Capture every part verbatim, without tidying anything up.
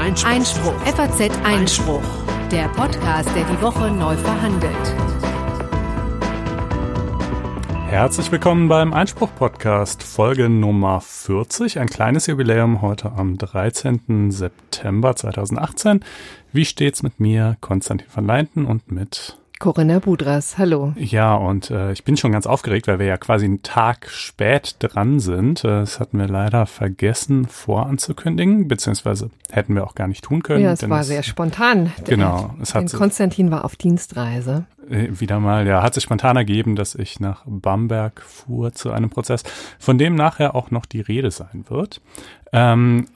Einspruch. Einspruch. F A Z Einspruch. Der Podcast, der die Woche neu verhandelt. Herzlich willkommen beim Einspruch-Podcast, Folge Nummer vierzig. Ein kleines Jubiläum heute am dreizehnten September zweitausendachtzehn. Wie steht's mit mir, Konstantin van Leinten, und mit Corinna Budras, hallo. Ja, und äh, ich bin schon ganz aufgeregt, weil wir ja quasi einen Tag spät dran sind. Äh, das hatten wir leider vergessen voranzukündigen, beziehungsweise hätten wir auch gar nicht tun können. Ja, es war es, sehr spontan. Genau. Es hat denn Konstantin war auf Dienstreise. Äh, wieder mal, ja, hat sich spontan ergeben, dass ich nach Bamberg fuhr zu einem Prozess, von dem nachher auch noch die Rede sein wird. Ähm,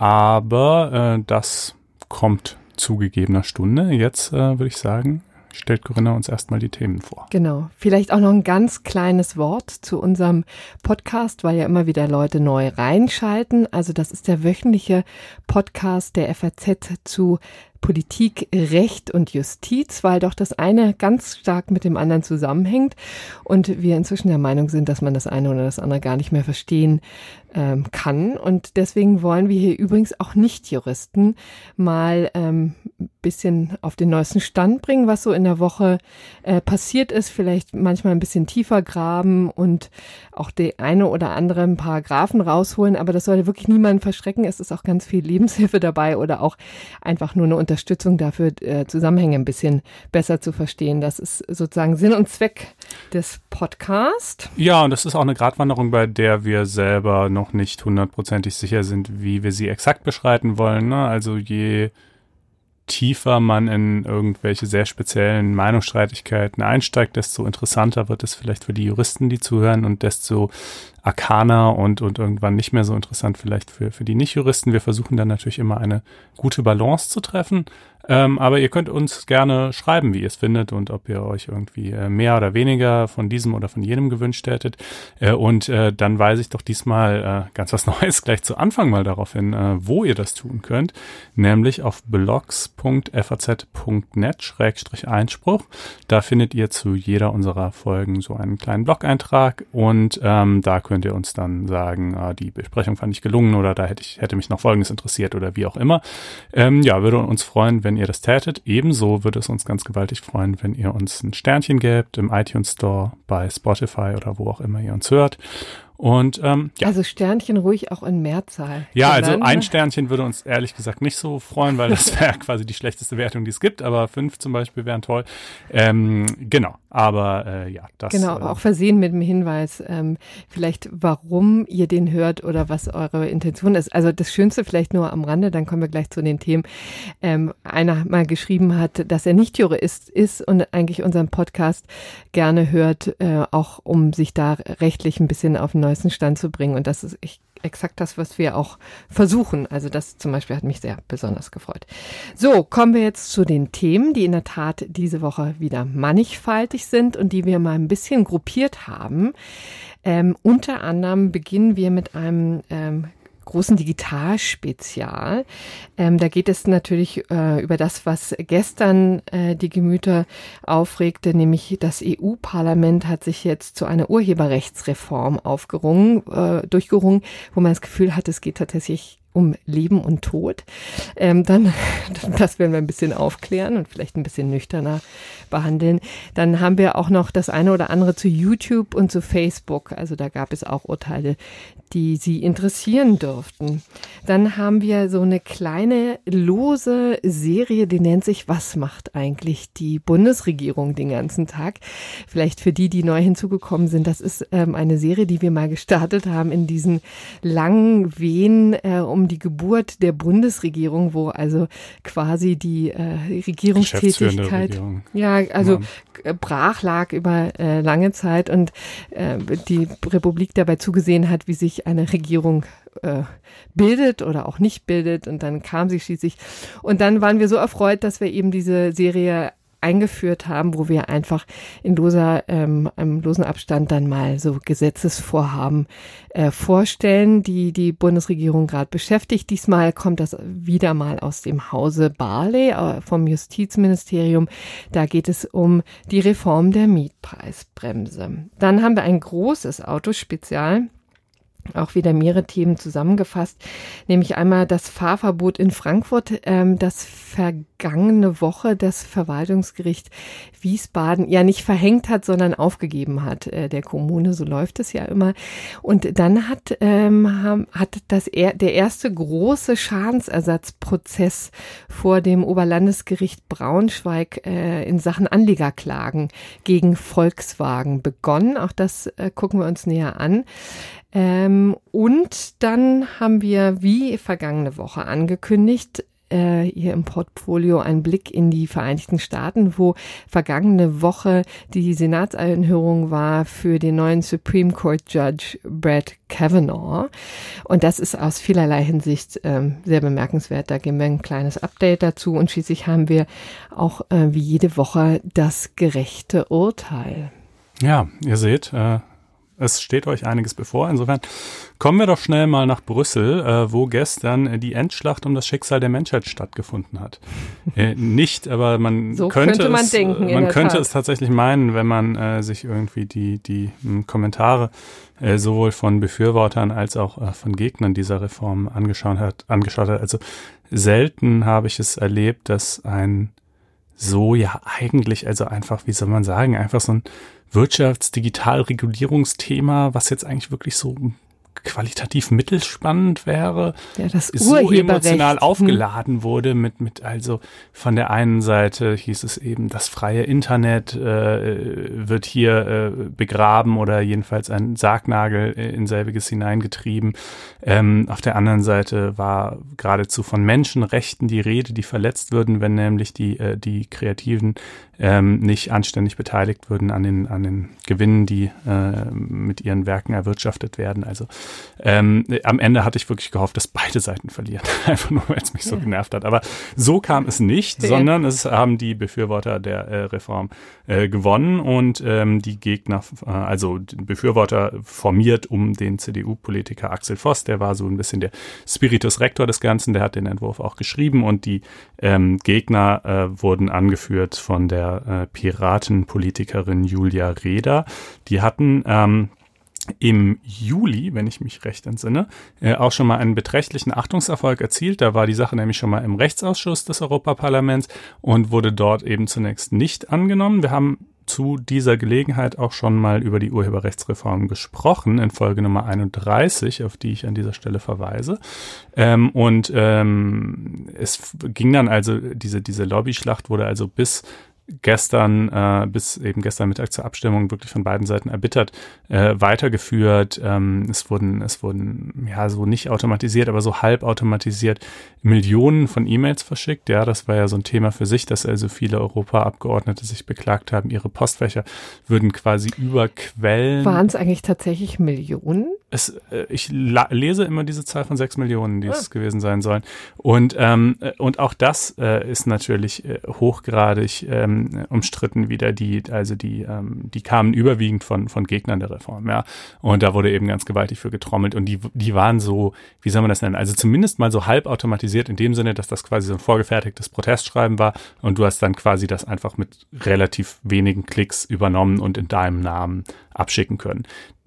aber äh, das kommt zu gegebener Stunde. Jetzt äh, würde ich sagen, stellt Corinna uns erstmal die Themen vor. Genau. Vielleicht auch noch ein ganz kleines Wort zu unserem Podcast, weil ja immer wieder Leute neu reinschalten. Also das ist der wöchentliche Podcast der F A Z zu Politik, Recht und Justiz, weil doch das eine ganz stark mit dem anderen zusammenhängt und wir inzwischen der Meinung sind, dass man das eine oder das andere gar nicht mehr verstehen ähm, kann. Und deswegen wollen wir hier übrigens auch Nicht-Juristen mal ähm, bisschen auf den neuesten Stand bringen, was so in der Woche äh, passiert ist, vielleicht manchmal ein bisschen tiefer graben und auch die eine oder andere Paragraphen rausholen, aber das soll wirklich niemanden verschrecken. Es ist auch ganz viel Lebenshilfe dabei oder auch einfach nur eine Unterstützung dafür, äh, Zusammenhänge ein bisschen besser zu verstehen. Das ist sozusagen Sinn und Zweck des Podcasts. Ja, und das ist auch eine Gratwanderung, bei der wir selber noch nicht hundertprozentig sicher sind, wie wir sie exakt beschreiten wollen. Ne? Also je tiefer man in irgendwelche sehr speziellen Meinungsstreitigkeiten einsteigt, desto interessanter wird es vielleicht für die Juristen, die zuhören, und desto arkaner und, und irgendwann nicht mehr so interessant vielleicht für, für die Nicht-Juristen. Wir versuchen dann natürlich immer eine gute Balance zu treffen. Ähm, aber ihr könnt uns gerne schreiben, wie ihr es findet und ob ihr euch irgendwie äh, mehr oder weniger von diesem oder von jenem gewünscht hättet. Äh, und äh, dann weise ich doch diesmal äh, ganz was Neues gleich zu Anfang mal darauf hin, äh, wo ihr das tun könnt, nämlich auf blogs punkt f a z punkt net schrägstrich Einspruch. Da findet ihr zu jeder unserer Folgen so einen kleinen Blog-Eintrag und ähm, da könnt ihr uns dann sagen, ah, die Besprechung fand ich gelungen oder da hätte ich hätte mich noch Folgendes interessiert oder wie auch immer. Ähm, ja, würde uns freuen, wenn ihr das tätet. Ebenso würde es uns ganz gewaltig freuen, wenn ihr uns ein Sternchen gebt im iTunes Store, bei Spotify oder wo auch immer ihr uns hört. Und ähm, ja. Also Sternchen ruhig auch in Mehrzahl. Ja, also ein Sternchen würde uns ehrlich gesagt nicht so freuen, weil das wäre quasi die schlechteste Wertung, die es gibt, aber fünf zum Beispiel wären toll. Ähm, genau, aber äh, ja. das Genau, äh, auch versehen mit dem Hinweis, ähm, vielleicht warum ihr den hört oder was eure Intention ist. Also das Schönste vielleicht nur am Rande, dann kommen wir gleich zu den Themen. Ähm, einer mal geschrieben hat, dass er nicht Jurist ist und eigentlich unseren Podcast gerne hört, äh, auch um sich da rechtlich ein bisschen auf den neuesten Stand zu bringen. Und das ist echt exakt das, was wir auch versuchen. Also das zum Beispiel hat mich sehr besonders gefreut. So, kommen wir jetzt zu den Themen, die in der Tat diese Woche wieder mannigfaltig sind und die wir mal ein bisschen gruppiert haben. Ähm, unter anderem beginnen wir mit einem ähm, großen Digitalspezial. Ähm, da geht es natürlich äh, über das, was gestern äh, die Gemüter aufregte, nämlich das E U-Parlament hat sich jetzt zu einer Urheberrechtsreform aufgerungen, äh, durchgerungen, wo man das Gefühl hat, es geht tatsächlich um Leben und Tod. Ähm, dann, das werden wir ein bisschen aufklären und vielleicht ein bisschen nüchterner behandeln. Dann haben wir auch noch das eine oder andere zu YouTube und zu Facebook. Also da gab es auch Urteile, die Sie interessieren dürften. Dann haben wir so eine kleine lose Serie, die nennt sich "Was macht eigentlich die Bundesregierung den ganzen Tag?" Vielleicht für die, die neu hinzugekommen sind, das ist ähm, eine Serie, die wir mal gestartet haben in diesen langen Wehen äh, um die Geburt der Bundesregierung, wo also quasi die äh, Regierungstätigkeit Regierung. ja also ja. brach lag über äh, lange Zeit und äh, die Republik dabei zugesehen hat, wie sich eine Regierung äh, bildet oder auch nicht bildet, und dann kam sie schließlich und dann waren wir so erfreut, dass wir eben diese Serie eingeführt haben, wo wir einfach in loser, ähm, einem losen Abstand dann mal so Gesetzesvorhaben äh, vorstellen, die die Bundesregierung gerade beschäftigt. Diesmal kommt das wieder mal aus dem Hause Barley äh, vom Justizministerium. Da geht es um die Reform der Mietpreisbremse. Dann haben wir ein großes Autospezial. auch wieder mehrere Themen zusammengefasst, nämlich einmal das Fahrverbot in Frankfurt, ähm, das vergangene Woche das Verwaltungsgericht Wiesbaden ja nicht verhängt hat, sondern aufgegeben hat, äh, der Kommune, so läuft es ja immer. Und dann hat, ähm, hat das er, der erste große Schadensersatzprozess vor dem Oberlandesgericht Braunschweig äh, in Sachen Anlegerklagen gegen Volkswagen begonnen. Auch das äh, gucken wir uns näher an. Ähm, und dann haben wir, wie vergangene Woche angekündigt, äh, hier im Portfolio einen Blick in die Vereinigten Staaten, wo vergangene Woche die Senatsanhörung war für den neuen Supreme Court Judge Brett Kavanaugh. Und das ist aus vielerlei Hinsicht ähm, sehr bemerkenswert. Da geben wir ein kleines Update dazu. Und schließlich haben wir auch äh, wie jede Woche das gerechte Urteil. Ja, ihr seht, äh es steht euch einiges bevor. Insofern kommen wir doch schnell mal nach Brüssel, äh, wo gestern äh, die Endschlacht um das Schicksal der Menschheit stattgefunden hat. äh, nicht, aber man so könnte, könnte man es, denken, man könnte Tat. es tatsächlich meinen, wenn man äh, sich irgendwie die die m, Kommentare äh, sowohl von Befürwortern als auch äh, von Gegnern dieser Reform angeschaut hat. Angeschaut hat. Also selten habe ich es erlebt, dass ein so ja eigentlich, also einfach, wie soll man sagen, einfach so ein Wirtschaftsdigitalregulierungsthema, was jetzt eigentlich wirklich so qualitativ mittelspannend wäre, ja, das so emotional aufgeladen wurde mit mit also von der einen Seite hieß es eben, das freie Internet äh, wird hier äh, begraben oder jedenfalls ein Sargnagel in selbiges hineingetrieben. Ähm, auf der anderen Seite war geradezu von Menschenrechten die Rede, die verletzt würden, wenn nämlich die äh, die Kreativen ähm, nicht anständig beteiligt würden an den an den Gewinnen, die äh, mit ihren Werken erwirtschaftet werden. Also ähm, am Ende hatte ich wirklich gehofft, dass beide Seiten verlieren, einfach nur, weil es mich so ja. genervt hat. Aber so kam es nicht, ja. sondern es haben die Befürworter der äh, Reform äh, gewonnen und ähm, die Gegner, äh, also die Befürworter formiert um den C D U-Politiker Axel Voss, der war so ein bisschen der Spiritus Rector des Ganzen, der hat den Entwurf auch geschrieben und die ähm, Gegner äh, wurden angeführt von der äh, Piratenpolitikerin Julia Reda. Die hatten ähm, im Juli, wenn ich mich recht entsinne, äh, auch schon mal einen beträchtlichen Achtungserfolg erzielt. Da war die Sache nämlich schon mal im Rechtsausschuss des Europaparlaments und wurde dort eben zunächst nicht angenommen. Wir haben zu dieser Gelegenheit auch schon mal über die Urheberrechtsreform gesprochen, in Folge Nummer einunddreißig, auf die ich an dieser Stelle verweise. Ähm, und ähm, es ging dann also, diese, diese Lobbyschlacht wurde also bis gestern, äh, bis eben gestern Mittag zur Abstimmung wirklich von beiden Seiten erbittert, äh, weitergeführt. Ähm, es wurden, es wurden, ja, so nicht automatisiert, aber so halb automatisiert Millionen von E-Mails verschickt. Ja, das war ja so ein Thema für sich, dass also viele Europaabgeordnete sich beklagt haben, ihre Postfächer würden quasi überquellen. Waren es eigentlich tatsächlich Millionen? Es, äh, ich la- lese immer diese Zahl von sechs Millionen, die ah. es gewesen sein sollen. Und, ähm, und auch das äh, ist natürlich äh, hochgradig ähm, umstritten wieder. Die, also die, ähm, die kamen überwiegend von, von Gegnern der Reform, ja. Und da wurde eben ganz gewaltig für getrommelt. Und die, die waren so, wie soll man das nennen? Also zumindest mal so halb automatisiert in dem Sinne, dass das quasi so ein vorgefertigtes Protestschreiben war. Und du hast dann quasi das einfach mit relativ wenigen Klicks übernommen und in deinem Namen abschicken können.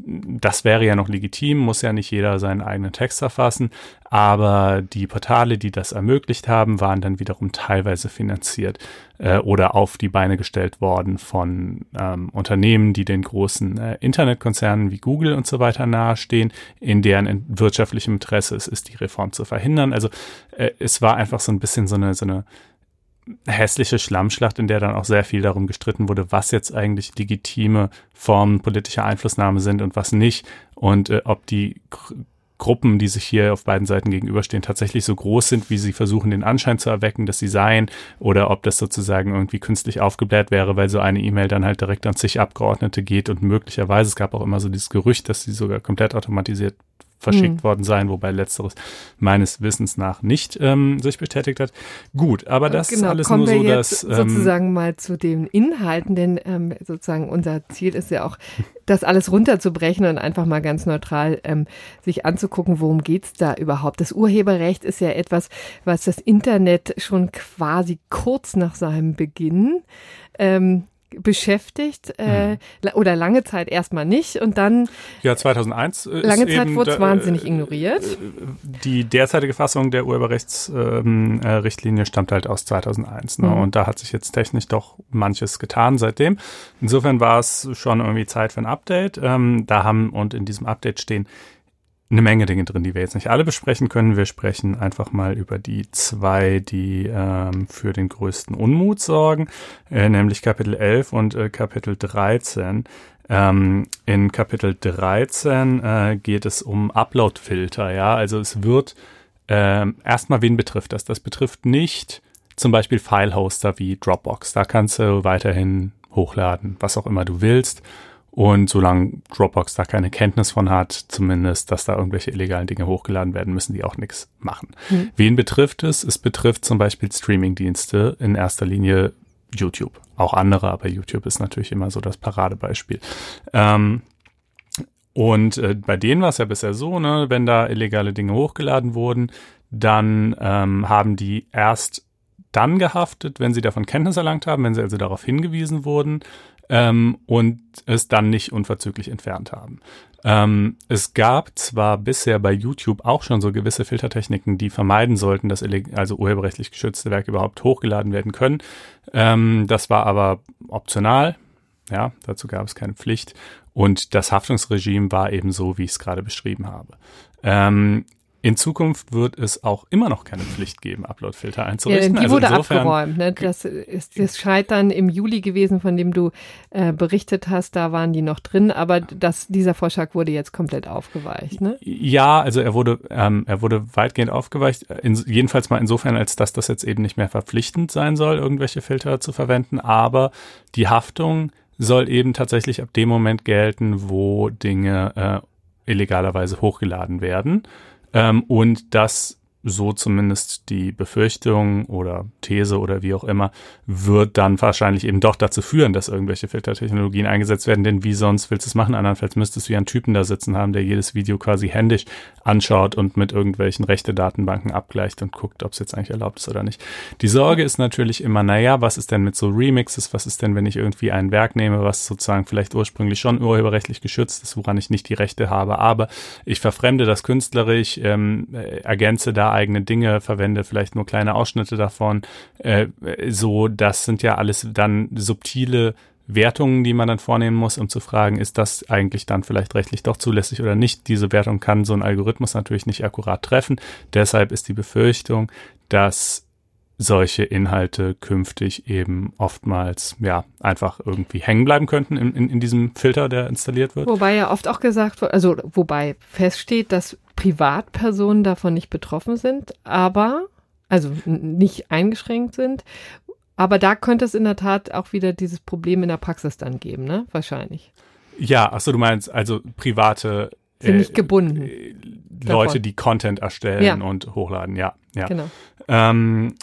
Das wäre ja noch legitim, muss ja nicht jeder seinen eigenen Text verfassen, aber die Portale, die das ermöglicht haben, waren dann wiederum teilweise finanziert äh, oder auf die Beine gestellt worden von ähm, Unternehmen, die den großen äh, Internetkonzernen wie Google und so weiter nahestehen, in deren in wirtschaftlichem Interesse es ist, die Reform zu verhindern. Also äh, es war einfach so ein bisschen so eine, so eine hässliche Schlammschlacht, in der dann auch sehr viel darum gestritten wurde, was jetzt eigentlich legitime Formen politischer Einflussnahme sind und was nicht und äh, ob die Gr- Gruppen, die sich hier auf beiden Seiten gegenüberstehen, tatsächlich so groß sind, wie sie versuchen, den Anschein zu erwecken, dass sie seien, oder ob das sozusagen irgendwie künstlich aufgebläht wäre, weil so eine E-Mail dann halt direkt an zig Abgeordnete geht und möglicherweise, es gab auch immer so dieses Gerücht, dass sie sogar komplett automatisiert verschickt hm. worden sein, wobei letzteres meines Wissens nach nicht ähm, sich bestätigt hat. Gut, aber das genau, ist alles kommen nur wir so, jetzt dass ähm, sozusagen mal zu den Inhalten, denn ähm, sozusagen unser Ziel ist ja auch, das alles runterzubrechen und einfach mal ganz neutral ähm, sich anzugucken, worum geht's da überhaupt. Das Urheberrecht ist ja etwas, was das Internet schon quasi kurz nach seinem Beginn ähm, beschäftigt äh, hm. oder lange Zeit erstmal nicht und dann ja zweitausendeins ist lange Zeit eben wurde es da, wahnsinnig ignoriert. Die derzeitige Fassung der Urheberrechtsrichtlinie ähm, stammt halt aus zweitausendeins, ne? Hm. Und da hat sich jetzt technisch doch manches getan seitdem. Insofern war es schon irgendwie Zeit für ein Update. Ähm, da haben und in diesem Update stehen eine Menge Dinge drin, die wir jetzt nicht alle besprechen können. Wir sprechen einfach mal über die zwei, die ähm, für den größten Unmut sorgen, äh, nämlich Kapitel elf und äh, Kapitel dreizehn. Ähm, in Kapitel dreizehn äh, geht es um Upload-Filter, ja, also es wird äh, erstmal, wen betrifft das? Das betrifft nicht zum Beispiel File-Hoster wie Dropbox. Da kannst du weiterhin hochladen, was auch immer du willst. Und solange Dropbox da keine Kenntnis von hat, zumindest, dass da irgendwelche illegalen Dinge hochgeladen werden, müssen die auch nichts machen. Mhm. Wen betrifft es? Es betrifft zum Beispiel Streaming-Dienste, in erster Linie YouTube. Auch andere, aber YouTube ist natürlich immer so das Paradebeispiel. Ähm, und äh, bei denen war es ja bisher so, ne, wenn da illegale Dinge hochgeladen wurden, dann ähm, haben die erst dann gehaftet, wenn sie davon Kenntnis erlangt haben, wenn sie also darauf hingewiesen wurden, Ähm, und es dann nicht unverzüglich entfernt haben. Ähm, es gab zwar bisher bei YouTube auch schon so gewisse Filtertechniken, die vermeiden sollten, dass also urheberrechtlich geschützte Werke überhaupt hochgeladen werden können. Ähm, das war aber optional. Ja, dazu gab es keine Pflicht. Und das Haftungsregime war eben so, wie ich es gerade beschrieben habe. Ähm, In Zukunft wird es auch immer noch keine Pflicht geben, Upload-Filter einzurichten. Ja, die also wurde insofern, abgeräumt. Ne? Das ist das Scheitern im Juli gewesen, von dem du äh, berichtet hast. Da waren die noch drin, aber das, dieser Vorschlag wurde jetzt komplett aufgeweicht. Ne? Ja, also er wurde ähm, er wurde weitgehend aufgeweicht. In, jedenfalls mal insofern, als dass das jetzt eben nicht mehr verpflichtend sein soll, irgendwelche Filter zu verwenden. Aber die Haftung soll eben tatsächlich ab dem Moment gelten, wo Dinge äh, illegalerweise hochgeladen werden. Ähm, und das, so zumindest die Befürchtung oder These oder wie auch immer, wird dann wahrscheinlich eben doch dazu führen, dass irgendwelche Filtertechnologien eingesetzt werden, denn wie sonst willst du es machen? Andernfalls müsstest du ja einen Typen da sitzen haben, der jedes Video quasi händisch anschaut und mit irgendwelchen Rechte-Datenbanken abgleicht und guckt, ob es jetzt eigentlich erlaubt ist oder nicht. Die Sorge ist natürlich immer, naja, was ist denn mit so Remixes? Was ist denn, wenn ich irgendwie ein Werk nehme, was sozusagen vielleicht ursprünglich schon urheberrechtlich geschützt ist, woran ich nicht die Rechte habe, aber ich verfremde das künstlerisch, ähm, ergänze da eigene Dinge, verwende vielleicht nur kleine Ausschnitte davon, äh, so, das sind ja alles dann subtile Wertungen, die man dann vornehmen muss, um zu fragen, ist das eigentlich dann vielleicht rechtlich doch zulässig oder nicht. Diese Wertung kann so ein Algorithmus natürlich nicht akkurat treffen. Deshalb ist die Befürchtung, dass solche Inhalte künftig eben oftmals ja einfach irgendwie hängen bleiben könnten in, in, in diesem Filter, der installiert wird. Wobei ja oft auch gesagt wird, also wobei feststeht, dass Privatpersonen davon nicht betroffen sind, aber also n- nicht eingeschränkt sind. Aber da könnte es in der Tat auch wieder dieses Problem in der Praxis dann geben, ne? Wahrscheinlich. Ja, achso, du meinst also private sind äh, nicht gebunden. Äh, Leute, davon. Die Content erstellen ja. und hochladen, ja. ja. Genau. Ähm,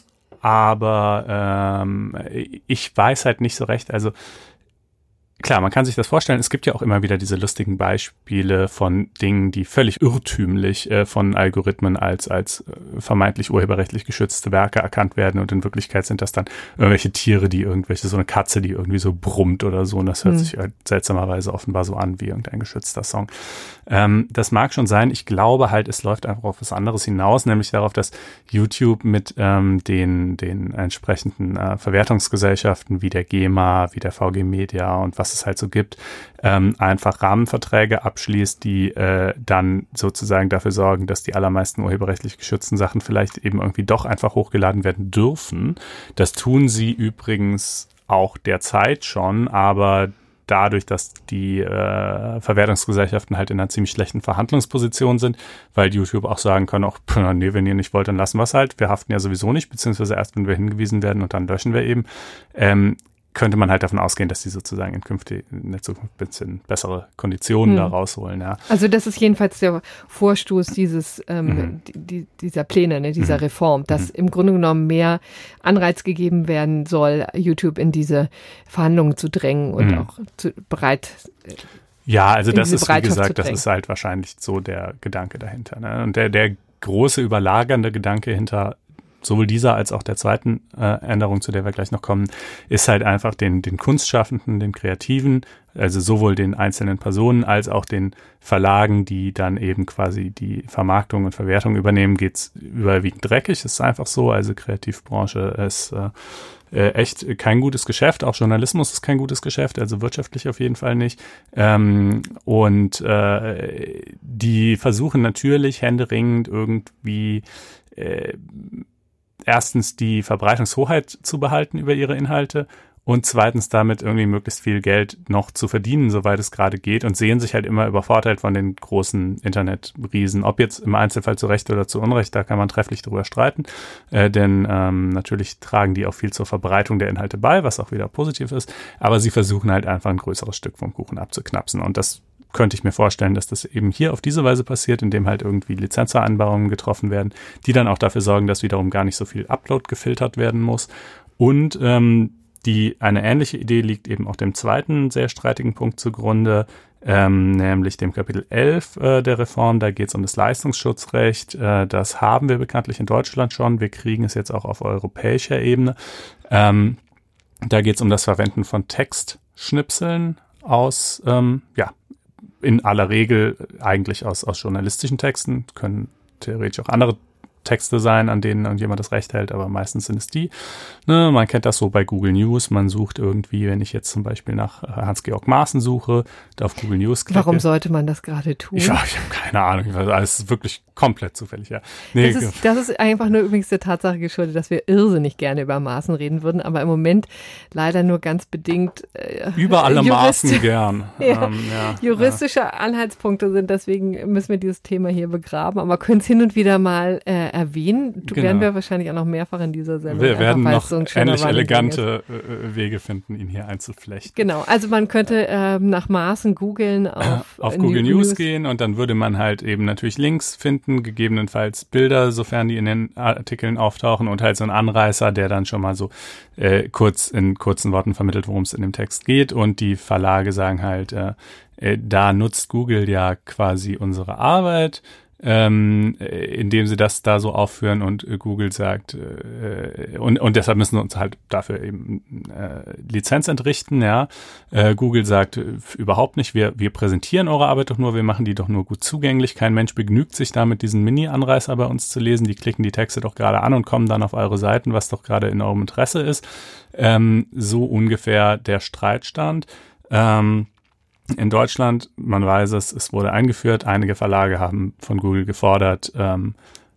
aber ähm, ich weiß halt nicht so recht, also klar, man kann sich das vorstellen, es gibt ja auch immer wieder diese lustigen Beispiele von Dingen, die völlig irrtümlich äh, von Algorithmen als als äh, vermeintlich urheberrechtlich geschützte Werke erkannt werden und in Wirklichkeit sind das dann irgendwelche Tiere, die irgendwelche, so eine Katze, die irgendwie so brummt oder so und das hört hm. sich halt seltsamerweise offenbar so an wie irgendein geschützter Song. Ähm, das mag schon sein, ich glaube halt, es läuft einfach auf was anderes hinaus, nämlich darauf, dass YouTube mit ähm, den den entsprechenden äh, Verwertungsgesellschaften wie der GEMA, wie der V G Media und was es halt so gibt, ähm, einfach Rahmenverträge abschließt, die äh, dann sozusagen dafür sorgen, dass die allermeisten urheberrechtlich geschützten Sachen vielleicht eben irgendwie doch einfach hochgeladen werden dürfen. Das tun sie übrigens auch derzeit schon, aber dadurch, dass die äh, Verwertungsgesellschaften halt in einer ziemlich schlechten Verhandlungsposition sind, weil YouTube auch sagen kann, auch, nee, wenn ihr nicht wollt, dann lassen wir es halt. Wir haften ja sowieso nicht, beziehungsweise erst, wenn wir hingewiesen werden und dann löschen wir eben. Ähm, könnte man halt davon ausgehen, dass die sozusagen in, künftig, in der Zukunft ein bisschen bessere Konditionen hm. da rausholen. Ja. Also das ist jedenfalls der Vorstoß dieses ähm, mhm. die, dieser Pläne, ne, dieser mhm. Reform, dass mhm. im Grunde genommen mehr Anreiz gegeben werden soll, YouTube in diese Verhandlungen zu drängen und mhm. auch zu, bereit Ja, also das ist, wie gesagt, das ist halt wahrscheinlich so der Gedanke dahinter. Ne? Und der, der große überlagernde Gedanke hinter sowohl dieser als auch der zweiten äh, Änderung, zu der wir gleich noch kommen, ist halt einfach den, den Kunstschaffenden, den Kreativen, also sowohl den einzelnen Personen als auch den Verlagen, die dann eben quasi die Vermarktung und Verwertung übernehmen, geht's überwiegend dreckig. Das ist einfach so. Also Kreativbranche ist äh, äh, echt kein gutes Geschäft. Auch Journalismus ist kein gutes Geschäft, also wirtschaftlich auf jeden Fall nicht. Ähm, und äh, die versuchen natürlich händeringend irgendwie äh, erstens die Verbreitungshoheit zu behalten über ihre Inhalte und zweitens damit irgendwie möglichst viel Geld noch zu verdienen, soweit es gerade geht, und sehen sich halt immer übervorteilt von den großen Internetriesen. Ob jetzt im Einzelfall zu Recht oder zu Unrecht, da kann man trefflich drüber streiten, äh, denn ähm, natürlich tragen die auch viel zur Verbreitung der Inhalte bei, was auch wieder positiv ist, aber sie versuchen halt einfach ein größeres Stück vom Kuchen abzuknapsen, und das könnte ich mir vorstellen, dass das eben hier auf diese Weise passiert, indem halt irgendwie Lizenzvereinbarungen getroffen werden, die dann auch dafür sorgen, dass wiederum gar nicht so viel Upload gefiltert werden muss. Und ähm, die eine ähnliche Idee liegt eben auch dem zweiten sehr streitigen Punkt zugrunde, ähm, nämlich dem Kapitel elf äh, der Reform. Da geht es um das Leistungsschutzrecht. Äh, das haben wir bekanntlich in Deutschland schon. Wir kriegen es jetzt auch auf europäischer Ebene. Ähm, da geht es um das Verwenden von Textschnipseln aus, ähm, ja, in aller Regel eigentlich aus, aus journalistischen Texten, können theoretisch auch andere Texte sein, an denen irgendjemand das Recht hält, aber meistens sind es die. Ne, man kennt das so bei Google News, man sucht irgendwie, wenn ich jetzt zum Beispiel nach Hans-Georg Maaßen suche, da auf Google News klicke. Warum sollte man das gerade tun? Ja, ich habe keine Ahnung, es ist wirklich komplett zufällig, ja. Nee, das, ist, das ist einfach nur übrigens der Tatsache geschuldet, dass wir irrsinnig gerne über Maaßen reden würden, aber im Moment leider nur ganz bedingt äh, über alle Maßen gern. ja, ähm, ja, juristische ja. Anhaltspunkte sind, deswegen müssen wir dieses Thema hier begraben, aber können es hin und wieder mal äh, erwähnen. Du genau. werden wir wahrscheinlich auch noch mehrfach in dieser Sendung. Wir werden einfach, noch so ähnlich elegante äh, Wege finden, ihn hier einzuflechten. Genau, also man könnte äh, nach Maaßen googeln auf, auf Google News, News gehen, und dann würde man halt eben natürlich Links finden, gegebenenfalls Bilder, sofern die in den Artikeln auftauchen, und halt so ein Anreißer, der dann schon mal so äh, kurz in kurzen Worten vermittelt, worum es in dem Text geht, und die Verlage sagen halt, äh, äh, da nutzt Google ja quasi unsere Arbeit, Ähm, indem sie das da so aufführen, und äh, Google sagt, äh, und, und deshalb müssen wir uns halt dafür eben äh, Lizenz entrichten, ja. Äh, Google sagt äh, überhaupt nicht, wir, wir präsentieren eure Arbeit doch nur, wir machen die doch nur gut zugänglich. Kein Mensch begnügt sich damit, diesen Mini-Anreißer bei uns zu lesen. Die klicken die Texte doch gerade an und kommen dann auf eure Seiten, was doch gerade in eurem Interesse ist. Ähm, so ungefähr der Streitstand. Ähm, In Deutschland, man weiß es, es wurde eingeführt. Einige Verlage haben von Google gefordert, ähm,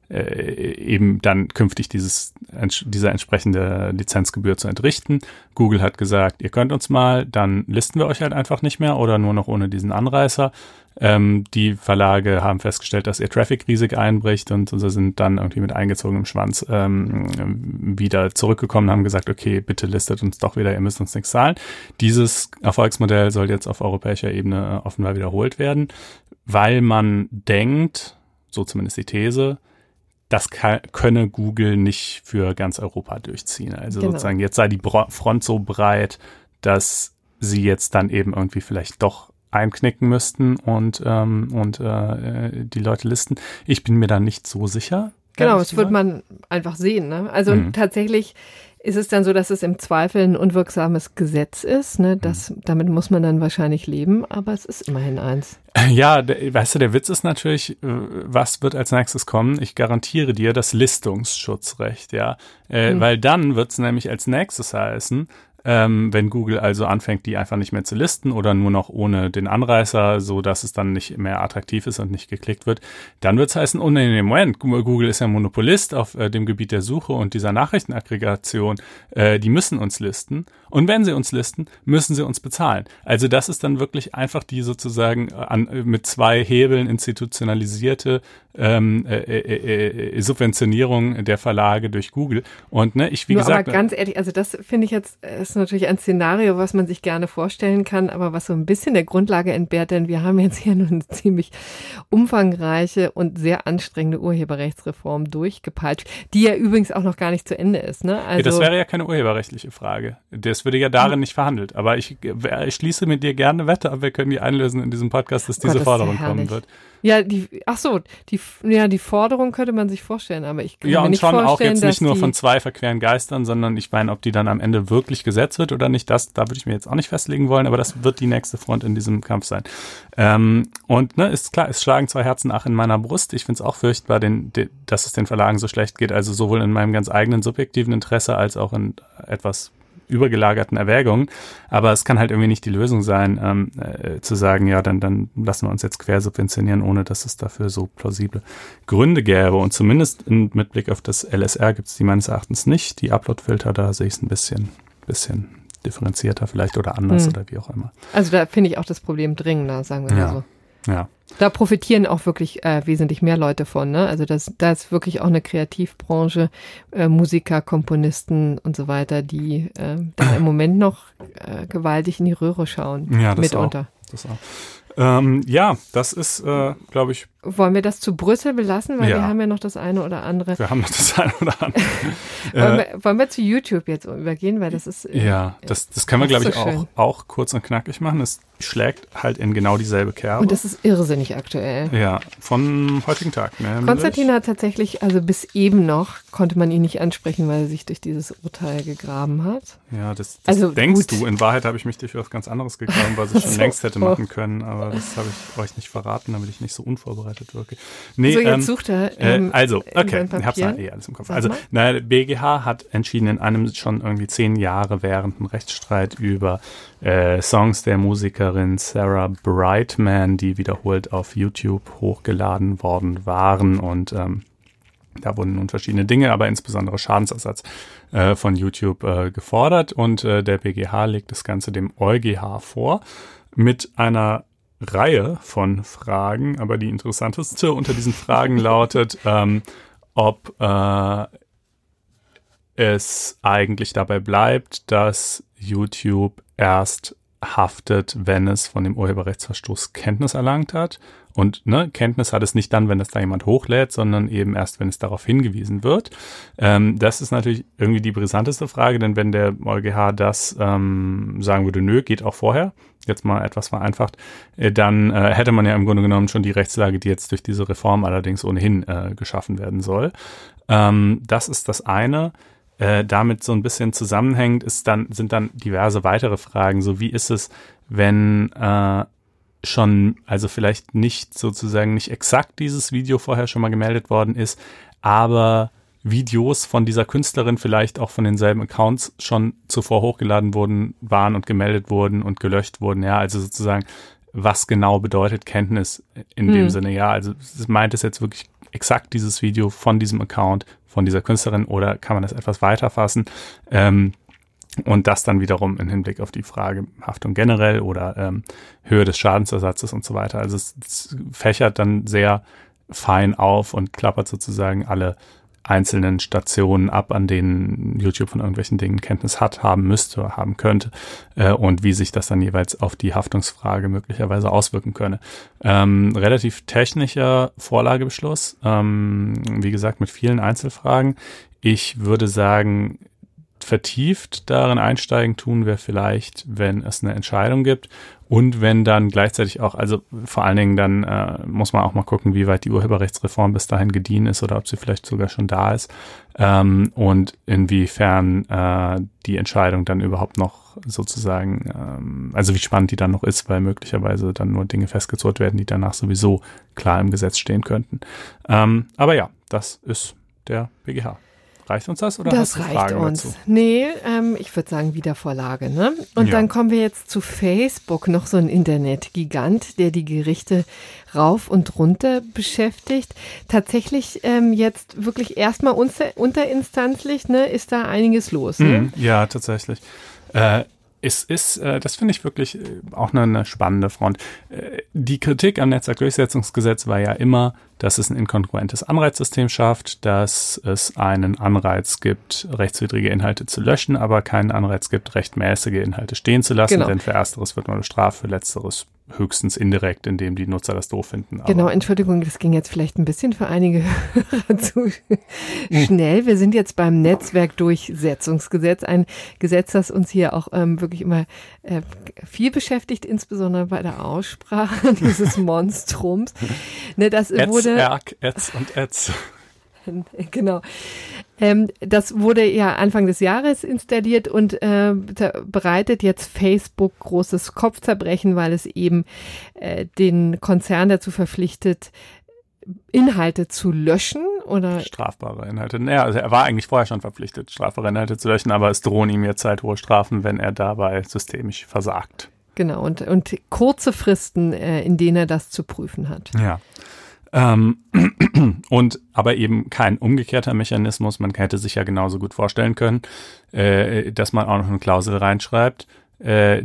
äh, eben dann künftig dieses, diese entsprechende Lizenzgebühr zu entrichten. Google hat gesagt, ihr könnt uns mal, dann listen wir euch halt einfach nicht mehr oder nur noch ohne diesen Anreißer. Ähm, die Verlage haben festgestellt, dass ihr Traffic riesig einbricht, und so sind dann irgendwie mit eingezogenem Schwanz ähm, wieder zurückgekommen und haben gesagt, okay, bitte listet uns doch wieder, ihr müsst uns nichts zahlen. Dieses Erfolgsmodell soll jetzt auf europäischer Ebene offenbar wiederholt werden, weil man denkt, so zumindest die These, das kann, könne Google nicht für ganz Europa durchziehen. Also genau. sozusagen, jetzt sei die Front so breit, dass sie jetzt dann eben irgendwie vielleicht doch einknicken müssten und, ähm, und äh, die Leute listen. Ich bin mir da nicht so sicher. Genau, das wird man einfach sehen. Ne? Also mhm. tatsächlich ist es dann so, dass es im Zweifel ein unwirksames Gesetz ist. Ne? Das, mhm. Damit muss man dann wahrscheinlich leben, aber es ist immerhin eins. Ja, der, weißt du, der Witz ist natürlich, was wird als nächstes kommen? Ich garantiere dir das Listungsschutzrecht, ja. Äh, mhm. Weil dann wird es nämlich als nächstes heißen, Ähm, wenn Google also anfängt, die einfach nicht mehr zu listen oder nur noch ohne den Anreißer, so dass es dann nicht mehr attraktiv ist und nicht geklickt wird, dann wird es heißen, oh nee, nee, Moment, Google ist ja Monopolist auf äh, dem Gebiet der Suche und dieser Nachrichtenaggregation, äh, die müssen uns listen, und wenn sie uns listen, müssen sie uns bezahlen. Also das ist dann wirklich einfach die sozusagen an, mit zwei Hebeln institutionalisierte ähm, äh, äh, äh, Subventionierung der Verlage durch Google. Und ne, ich wie Nur gesagt, aber ganz ehrlich, also das finde ich jetzt ist natürlich ein Szenario, was man sich gerne vorstellen kann, aber was so ein bisschen der Grundlage entbehrt, denn wir haben jetzt hier nur eine ziemlich umfangreiche und sehr anstrengende Urheberrechtsreform durchgepeitscht, die ja übrigens auch noch gar nicht zu Ende ist. Ne? Also, ja, das wäre ja keine urheberrechtliche Frage. Das würde ja darin nicht verhandelt. Aber ich, ich schließe mit dir gerne Wette ab, wir können die einlösen in diesem Podcast, dass diese Gott, Forderung kommen wird. Ja, die, ach so, die, ja, die Forderung könnte man sich vorstellen, aber ich kann ja, mir nicht vorstellen. Ja, und schon auch jetzt nicht nur die, von zwei verqueren Geistern, sondern ich meine, ob die dann am Ende wirklich gesetzt wird oder nicht, das, da würde ich mir jetzt auch nicht festlegen wollen, aber das wird die nächste Front in diesem Kampf sein. Ähm, und ne, ist klar, es schlagen zwei Herzen ach in meiner Brust. Ich finde es auch furchtbar, den, den, dass es den Verlagen so schlecht geht, also sowohl in meinem ganz eigenen subjektiven Interesse als auch in etwas übergelagerten Erwägungen, aber es kann halt irgendwie nicht die Lösung sein, ähm, äh, zu sagen, ja, dann, dann lassen wir uns jetzt quersubventionieren, ohne dass es dafür so plausible Gründe gäbe. Und zumindest in, mit Blick auf das L S R gibt es die meines Erachtens nicht. Die Upload-Filter, da sehe ich es ein bisschen, bisschen differenzierter vielleicht oder anders hm. oder wie auch immer. Also da finde ich auch das Problem dringender, sagen wir mal ja. so. Ja. Da profitieren auch wirklich äh, wesentlich mehr Leute von, ne? Also das, da ist wirklich auch eine Kreativbranche, äh, Musiker, Komponisten und so weiter, die äh, da im Moment noch äh, gewaltig in die Röhre schauen. Ja, das mitunter. Auch. Das auch. Ähm, ja, das ist, äh, glaube ich. Wollen wir das zu Brüssel belassen? Weil ja. wir haben ja noch das eine oder andere. Wir haben noch das eine oder andere. wollen, wir, wollen wir zu YouTube jetzt übergehen? Weil das ist. Äh, ja, das, das können wir, glaube ich, so auch, auch kurz und knackig machen. Es schlägt halt in genau dieselbe Kerbe. Und das ist irrsinnig aktuell. Ja, vom heutigen Tag. Ne, Konstantin hat tatsächlich, also bis eben noch, konnte man ihn nicht ansprechen, weil er sich durch dieses Urteil gegraben hat. Ja, das, das also, denkst gut. du. In Wahrheit habe ich mich durch was ganz anderes gegraben, was ich schon so. längst hätte machen können. Aber das habe ich euch nicht verraten, damit ich nicht so unvorbereitet wirke. Nee, so, jetzt ähm, sucht er. Ähm, äh, also, okay, ich habe es eh alles im Kopf. Also, na, der B G H hat entschieden, in einem schon irgendwie zehn Jahre währenden Rechtsstreit über äh, Songs der Musikerin Sarah Brightman, die wiederholt auf YouTube hochgeladen worden waren und ähm, da wurden nun verschiedene Dinge, aber insbesondere Schadensersatz äh, von YouTube äh, gefordert und äh, der B G H legt das Ganze dem EuGH vor mit einer Reihe von Fragen, aber die interessanteste unter diesen Fragen lautet, ähm, ob äh, es eigentlich dabei bleibt, dass YouTube erst haftet, wenn es von dem Urheberrechtsverstoß Kenntnis erlangt hat. Und ne, Kenntnis hat es nicht dann, wenn es da jemand hochlädt, sondern eben erst, wenn es darauf hingewiesen wird. Ähm, das ist natürlich irgendwie die brisanteste Frage, denn wenn der EuGH das ähm, sagen würde, nö, geht auch vorher, jetzt mal etwas vereinfacht, äh, dann äh, hätte man ja im Grunde genommen schon die Rechtslage, die jetzt durch diese Reform allerdings ohnehin äh, geschaffen werden soll. Ähm, das ist das eine. Äh, damit so ein bisschen zusammenhängt, ist dann, sind dann diverse weitere Fragen. So wie ist es, wenn äh, schon, also vielleicht nicht sozusagen nicht exakt dieses Video vorher schon mal gemeldet worden ist, aber Videos von dieser Künstlerin vielleicht auch von denselben Accounts schon zuvor hochgeladen wurden, waren und gemeldet wurden und gelöscht wurden. Ja, also sozusagen, was genau bedeutet Kenntnis in hm. dem Sinne? Ja, also meint es jetzt wirklich exakt dieses Video von diesem Account, von dieser Künstlerin oder kann man das etwas weiter fassen? Ähm, und das dann wiederum im Hinblick auf die Frage Haftung generell oder ähm, Höhe des Schadensersatzes und so weiter. Also es, es fächert dann sehr fein auf und klappert sozusagen alle einzelnen Stationen ab, an denen YouTube von irgendwelchen Dingen Kenntnis hat, haben müsste, haben könnte äh, und wie sich das dann jeweils auf die Haftungsfrage möglicherweise auswirken könne. Ähm, relativ technischer Vorlagebeschluss, ähm, wie gesagt mit vielen Einzelfragen. Ich würde sagen, vertieft darin einsteigen tun wir vielleicht, wenn es eine Entscheidung gibt und wenn dann gleichzeitig auch, also vor allen Dingen dann äh, muss man auch mal gucken, wie weit die Urheberrechtsreform bis dahin gediehen ist oder ob sie vielleicht sogar schon da ist ähm, und inwiefern äh, die Entscheidung dann überhaupt noch sozusagen, ähm, also wie spannend die dann noch ist, weil möglicherweise dann nur Dinge festgezurrt werden, die danach sowieso klar im Gesetz stehen könnten. Ähm, aber ja, das ist der B G H. Reicht uns das oder das hast du reicht Fragen uns. dazu? Nee, ähm, ich würde sagen Wiedervorlage. Ne? Und ja. dann kommen wir jetzt zu Facebook, noch so ein Internetgigant, der die Gerichte rauf und runter beschäftigt. Tatsächlich ähm, jetzt wirklich erstmal unter, unterinstanzlich, ne, ist da einiges los. Ne? Mhm, ja, tatsächlich. Äh, Es ist, äh, das finde ich wirklich äh, auch eine, eine spannende Front. Äh, die Kritik am Netzwerkdurchsetzungsgesetz war ja immer, dass es ein inkongruentes Anreizsystem schafft, dass es einen Anreiz gibt, rechtswidrige Inhalte zu löschen, aber keinen Anreiz gibt, rechtmäßige Inhalte stehen zu lassen, genau. denn für Ersteres wird man bestraft, für Letzteres höchstens indirekt, indem die Nutzer das doof finden. Aber genau, Entschuldigung, das ging jetzt vielleicht ein bisschen für einige Hörer zu schnell. Wir sind jetzt beim Netzwerkdurchsetzungsgesetz, ein Gesetz, das uns hier auch ähm, wirklich immer äh, viel beschäftigt, insbesondere bei der Aussprache dieses Monstrums. Ne, das Ätz, wurde Erk, Ätz und Ätz. Genau. Ähm, das wurde ja Anfang des Jahres installiert und äh, bereitet jetzt Facebook großes Kopfzerbrechen, weil es eben äh, den Konzern dazu verpflichtet, Inhalte zu löschen oder strafbare Inhalte. Naja, also er war eigentlich vorher schon verpflichtet, strafbare Inhalte zu löschen, aber es drohen ihm jetzt halt hohe Strafen, wenn er dabei systemisch versagt. Genau, und, und kurze Fristen, äh, in denen er das zu prüfen hat. Ja. Ähm, und aber eben kein umgekehrter Mechanismus. Man hätte sich ja genauso gut vorstellen können, äh, dass man auch noch eine Klausel reinschreibt, äh,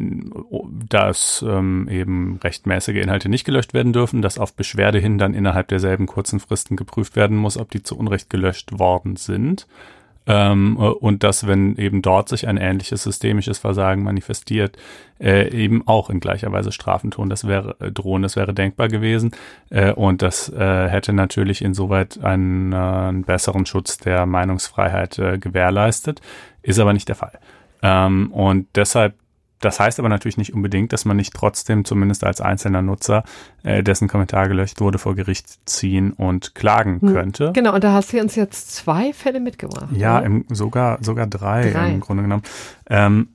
dass ähm, eben rechtmäßige Inhalte nicht gelöscht werden dürfen, dass auf Beschwerde hin dann innerhalb derselben kurzen Fristen geprüft werden muss, ob die zu Unrecht gelöscht worden sind. Ähm, und dass, wenn eben dort sich ein ähnliches systemisches Versagen manifestiert, äh, eben auch in gleicher Weise Strafen tun. Das wäre äh, drohen, das wäre denkbar gewesen. Äh, und das äh, hätte natürlich insoweit einen, äh, einen besseren Schutz der Meinungsfreiheit äh, gewährleistet, ist aber nicht der Fall. Ähm, und deshalb, das heißt aber natürlich nicht unbedingt, dass man nicht trotzdem, zumindest als einzelner Nutzer, äh, dessen Kommentar gelöscht wurde, vor Gericht ziehen und klagen hm. könnte. Genau, und da hast du uns jetzt zwei Fälle mitgebracht. Ja, im, sogar, sogar drei, drei im Grunde genommen. Ähm,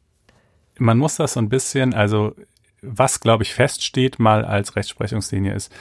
man muss das so ein bisschen, also was, glaube ich, feststeht mal als Rechtsprechungslinie ist,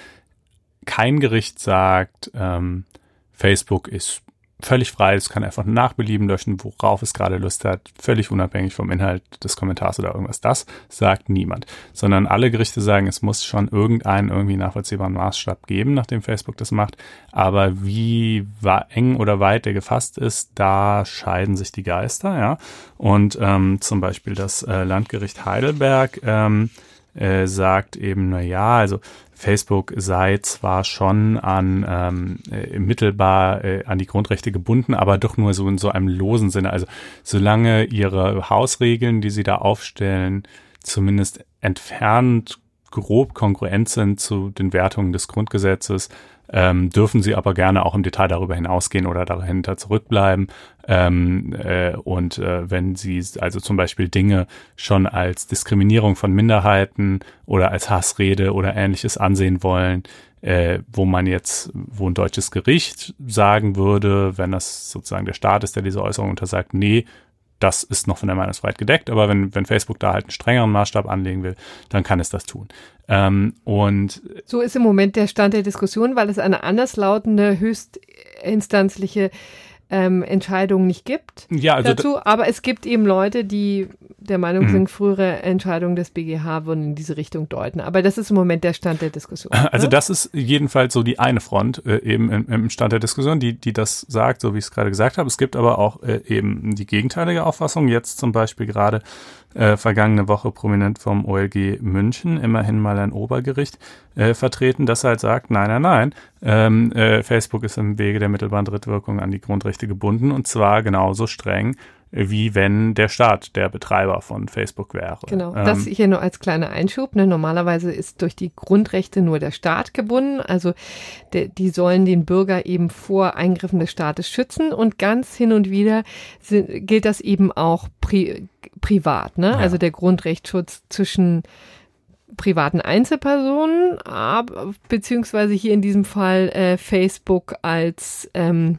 kein Gericht sagt, ähm, Facebook ist völlig frei, es kann einfach nach Belieben löschen, worauf es gerade Lust hat, völlig unabhängig vom Inhalt des Kommentars oder irgendwas. Das sagt niemand, sondern alle Gerichte sagen, es muss schon irgendeinen irgendwie nachvollziehbaren Maßstab geben, nachdem Facebook das macht, aber wie eng oder weit der gefasst ist, da scheiden sich die Geister, ja. Und ähm, zum Beispiel das äh, Landgericht Heidelberg ähm, äh, sagt eben, na ja, also Facebook sei zwar schon an ähm, äh, mittelbar äh, an die Grundrechte gebunden, aber doch nur so in so einem losen Sinne. Also solange ihre Hausregeln, die sie da aufstellen, zumindest entfernt grob kongruent sind zu den Wertungen des Grundgesetzes, ähm, dürfen sie aber gerne auch im Detail darüber hinausgehen oder dahinter zurückbleiben. Ähm, äh, und äh, wenn sie also zum Beispiel Dinge schon als Diskriminierung von Minderheiten oder als Hassrede oder Ähnliches ansehen wollen, äh, wo man jetzt, wo ein deutsches Gericht sagen würde, wenn das sozusagen der Staat ist, der diese Äußerung untersagt, nee, das ist noch von der Meinungsfreiheit gedeckt, aber wenn, wenn Facebook da halt einen strengeren Maßstab anlegen will, dann kann es das tun. Ähm, und so ist im Moment der Stand der Diskussion, weil es eine anderslautende höchstinstanzliche ähm, Entscheidung nicht gibt ja, also dazu. Da, aber es gibt eben Leute, die der Meinung sind, frühere Entscheidungen des B G H würden in diese Richtung deuten. Aber das ist im Moment der Stand der Diskussion. Also ne? Das ist jedenfalls so die eine Front äh, eben im, im Stand der Diskussion, die, die das sagt, so wie ich es gerade gesagt habe. Es gibt aber auch äh, eben die gegenteilige Auffassung. Jetzt zum Beispiel gerade äh, vergangene Woche prominent vom O L G München, immerhin mal ein Obergericht, äh, vertreten, das halt sagt, nein, nein, nein, ähm, äh, Facebook ist im Wege der mittelbaren Drittwirkung an die Grundrechte gebunden und zwar genauso streng, wie wenn der Staat der Betreiber von Facebook wäre. Genau, das hier nur als kleiner Einschub. Ne? Normalerweise ist durch die Grundrechte nur der Staat gebunden. Also de, die sollen den Bürger eben vor Eingriffen des Staates schützen und ganz hin und wieder sind, gilt das eben auch pri, privat. Ne? Ja. Also der Grundrechtsschutz zwischen privaten Einzelpersonen, ab, beziehungsweise hier in diesem Fall äh, Facebook als ähm,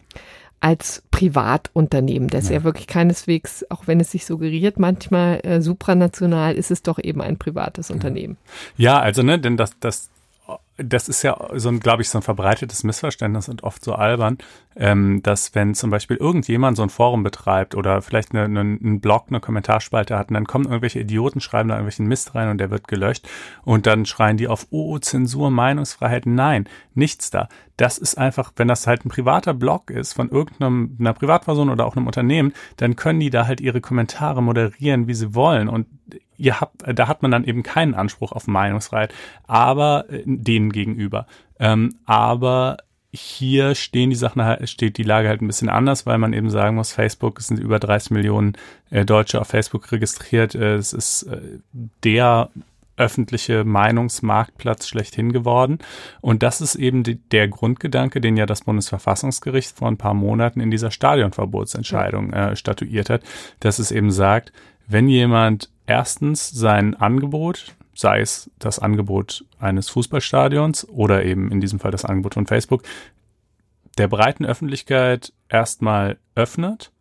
als Privatunternehmen, das ja. ja wirklich keineswegs, auch wenn es sich suggeriert, manchmal äh, supranational, ist es doch eben ein privates ja. Unternehmen. Ja, also ne, denn das, das, das ist ja so ein, glaube ich, so ein verbreitetes Missverständnis und oft so albern, ähm, dass wenn zum Beispiel irgendjemand so ein Forum betreibt oder vielleicht eine, eine, einen Blog, eine Kommentarspalte hat und dann kommen irgendwelche Idioten, schreiben da irgendwelchen Mist rein und der wird gelöscht und dann schreien die auf, oh, Zensur, Meinungsfreiheit. Nein, nichts da. Das ist einfach, wenn das halt ein privater Blog ist von irgendeiner Privatperson oder auch einem Unternehmen, dann können die da halt ihre Kommentare moderieren, wie sie wollen und ihr habt, da hat man dann eben keinen Anspruch auf Meinungsfreiheit, aber äh, denen gegenüber. Ähm, aber hier stehen die Sachen, steht die Lage halt ein bisschen anders, weil man eben sagen muss, Facebook, es sind über dreißig Millionen äh, Deutsche auf Facebook registriert. Äh, es ist äh, der öffentliche Meinungsmarktplatz schlechthin geworden. Und das ist eben die, der Grundgedanke, den ja das Bundesverfassungsgericht vor ein paar Monaten in dieser Stadionverbotsentscheidung äh, statuiert hat, dass es eben sagt, wenn jemand erstens sein Angebot, sei es das Angebot eines Fußballstadions oder eben in diesem Fall das Angebot von Facebook, der breiten Öffentlichkeit erstmal öffnet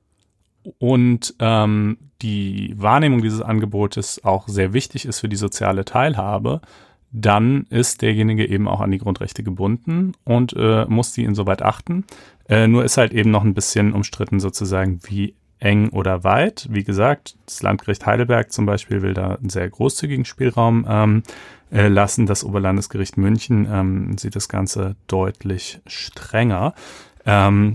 und ähm, die Wahrnehmung dieses Angebotes auch sehr wichtig ist für die soziale Teilhabe, dann ist derjenige eben auch an die Grundrechte gebunden und äh, muss die insoweit achten. Äh, nur ist halt eben noch ein bisschen umstritten sozusagen, wie eng oder weit. Wie gesagt, das Landgericht Heidelberg zum Beispiel will da einen sehr großzügigen Spielraum ähm, äh, lassen. Das Oberlandesgericht München ähm, sieht das Ganze deutlich strenger. Ähm,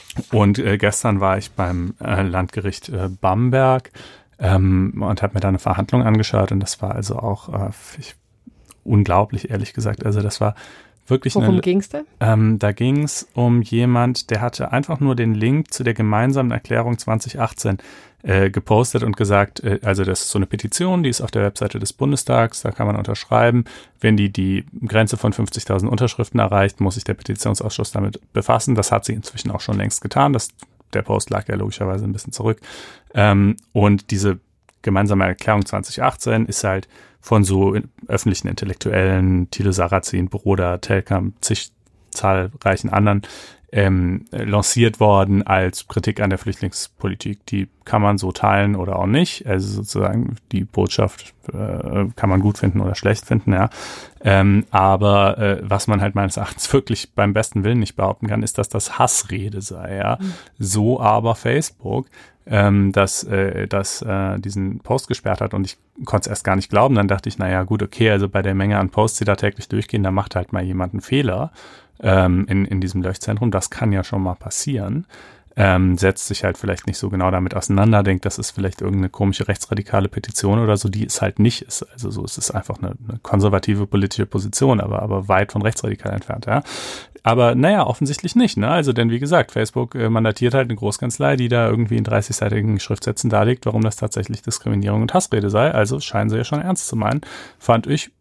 Und äh, gestern war ich beim äh, Landgericht äh, Bamberg ähm, und habe mir da eine Verhandlung angeschaut und das war also auch äh, ich, unglaublich, ehrlich gesagt. Also das war wirklich Worum eine, ging's da? Ähm, da ging es um jemand, der hatte einfach nur den Link zu der gemeinsamen Erklärung zwanzig achtzehn äh, gepostet und gesagt, äh, also das ist so eine Petition, die ist auf der Webseite des Bundestags, da kann man unterschreiben. Wenn die die Grenze von fünfzigtausend Unterschriften erreicht, muss sich der Petitionsausschuss damit befassen. Das hat sie inzwischen auch schon längst getan. Das, der Post lag ja logischerweise ein bisschen zurück. Ähm, und diese gemeinsame Erklärung zwanzig achtzehn ist halt von so öffentlichen Intellektuellen, Thilo Sarrazin, Broder, Telkamp, zig zahlreichen anderen ähm, lanciert worden als Kritik an der Flüchtlingspolitik. Die kann man so teilen oder auch nicht. Also sozusagen die Botschaft äh, kann man gut finden oder schlecht finden, ja. Ähm, aber äh, was man halt meines Erachtens wirklich beim besten Willen nicht behaupten kann, ist, dass das Hassrede sei, ja. Mhm. So aber Facebook, ähm, dass äh, das äh, diesen Post gesperrt hat und ich konnte es erst gar nicht glauben. Dann dachte ich, naja gut, okay, also bei der Menge an Posts, die da täglich durchgehen, da macht halt mal jemand einen Fehler ähm, in, in diesem Löschzentrum. Das kann ja schon mal passieren. Ähm, setzt sich halt vielleicht nicht so genau damit auseinander, denkt, das ist vielleicht irgendeine komische rechtsradikale Petition oder so, die es halt nicht ist. Also so ist es einfach eine, eine konservative politische Position, aber, aber weit von rechtsradikal entfernt, ja. Aber naja, offensichtlich nicht, ne? Also denn wie gesagt, Facebook äh, mandatiert halt eine Großkanzlei, die da irgendwie in dreißigseitigen Schriftsätzen darlegt, warum das tatsächlich Diskriminierung und Hassrede sei. Also scheinen sie ja schon ernst zu meinen. Fand ich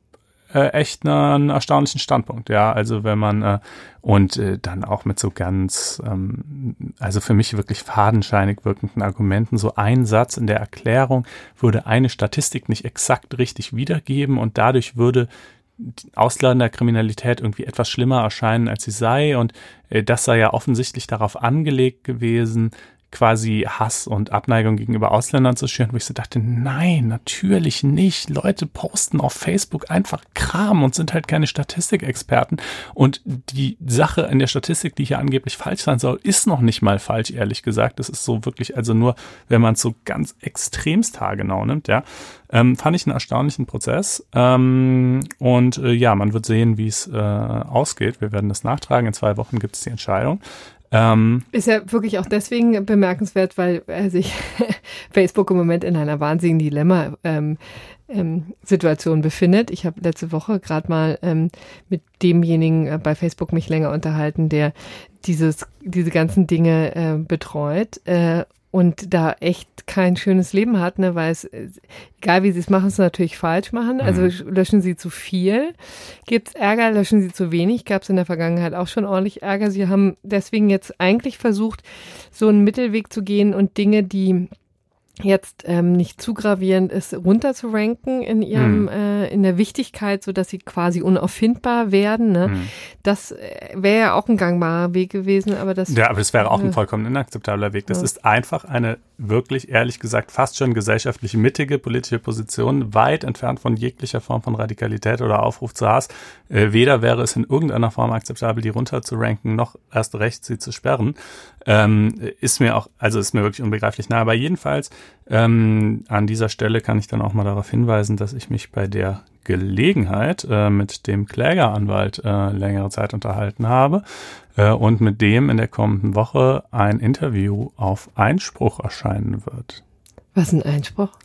äh, echt ne, einen erstaunlichen Standpunkt, ja. Also wenn man äh, und äh, dann auch mit so ganz, ähm, also für mich wirklich fadenscheinig wirkenden Argumenten, so ein Satz in der Erklärung würde eine Statistik nicht exakt richtig wiedergeben und dadurch würde Ausländerkriminalität irgendwie etwas schlimmer erscheinen, als sie sei. Und äh, das sei ja offensichtlich darauf angelegt gewesen, quasi Hass und Abneigung gegenüber Ausländern zu schüren, wo ich so dachte, nein, natürlich nicht. Leute posten auf Facebook einfach Kram und sind halt keine Statistikexperten. Und die Sache in der Statistik, die hier angeblich falsch sein soll, ist noch nicht mal falsch, ehrlich gesagt. Das ist so wirklich, also nur, wenn man es so ganz extremst haargenau nimmt, ja. Ähm, fand ich einen erstaunlichen Prozess. Ähm, und äh, ja, man wird sehen, wie es äh, ausgeht. Wir werden das nachtragen. In zwei Wochen gibt es die Entscheidung. Ähm, ist ja wirklich auch deswegen bemerkenswert, weil äh, sich Facebook im Moment in einer wahnsinnigen Dilemma ähm, ähm, Situation befindet. Ich habe letzte Woche gerade mal ähm, mit demjenigen äh, bei Facebook mich länger unterhalten, der dieses diese ganzen Dinge äh, betreut äh, und da echt kein schönes Leben hat, ne, weil es, egal wie sie es machen, es natürlich falsch machen. Also löschen sie zu viel, gibt's Ärger, löschen sie zu wenig, gab's in der Vergangenheit auch schon ordentlich Ärger. Sie haben deswegen jetzt eigentlich versucht, so einen Mittelweg zu gehen und Dinge, die jetzt ähm, nicht zu gravierend ist, runter zu ranken in ihrem, hm. äh, in der Wichtigkeit, so dass sie quasi unauffindbar werden. Ne? Hm. Das äh, wäre ja auch ein gangbarer Weg gewesen, aber das. Ja, aber das wäre auch ein vollkommen inakzeptabler Weg. Das ja. ist einfach eine wirklich, ehrlich gesagt, fast schon gesellschaftlich mittige politische Position, weit entfernt von jeglicher Form von Radikalität oder Aufruf zu Hass. Äh, weder wäre es in irgendeiner Form akzeptabel, die runter zu ranken, noch erst recht sie zu sperren. Ähm, ist mir auch, also ist mir wirklich unbegreiflich nah. Aber jedenfalls, ähm, an dieser Stelle kann ich dann auch mal darauf hinweisen, dass ich mich bei der Gelegenheit äh, mit dem Klägeranwalt äh, längere Zeit unterhalten habe äh, und mit dem in der kommenden Woche ein Interview auf Einspruch erscheinen wird. Was ein Einspruch?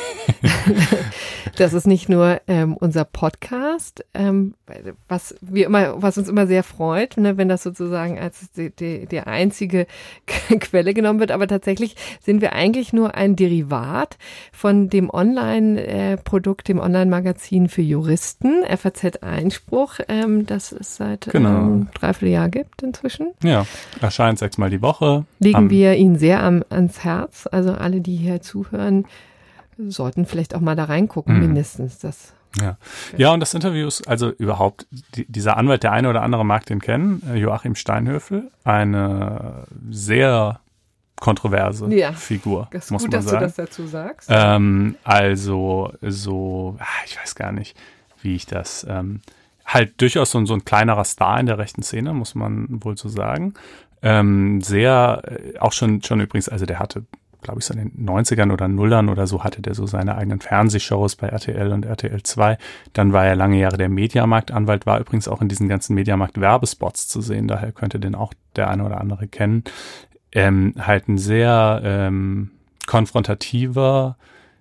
Das ist nicht nur ähm, unser Podcast, ähm, was wir immer, was uns immer sehr freut, ne, wenn das sozusagen als die, die, die einzige Quelle genommen wird, aber tatsächlich sind wir eigentlich nur ein Derivat von dem Online-Produkt, dem Online-Magazin für Juristen, F A Z Einspruch, ähm, das es seit genau. ähm, dreiviertel Jahr gibt inzwischen. Ja, erscheint sechsmal die Woche. Legen am, wir Ihnen sehr am, ans Herz, also alle, die hier zuhören, sollten vielleicht auch mal da reingucken, mhm. mindestens das. Ja. ja, und das Interview ist also überhaupt, die, dieser Anwalt, der eine oder andere mag den kennen, Joachim Steinhöfel, eine sehr kontroverse ja, Figur, das ist muss gut, man dass sagen. Du das dazu sagst. Ähm, also so, ich weiß gar nicht, wie ich das, ähm, halt durchaus so, so ein kleinerer Star in der rechten Szene, muss man wohl so sagen. Ähm, sehr, auch schon, schon übrigens, also der hatte, glaube ich, so in den neunzigern oder Nullern oder so hatte der so seine eigenen Fernsehshows bei R T L und R T L zwei. Dann war er lange Jahre der Mediamarkt-Anwalt, war übrigens auch in diesen ganzen Mediamarkt-Werbespots zu sehen, daher könnte den auch der eine oder andere kennen. Ähm, halt ein sehr ähm, konfrontativer,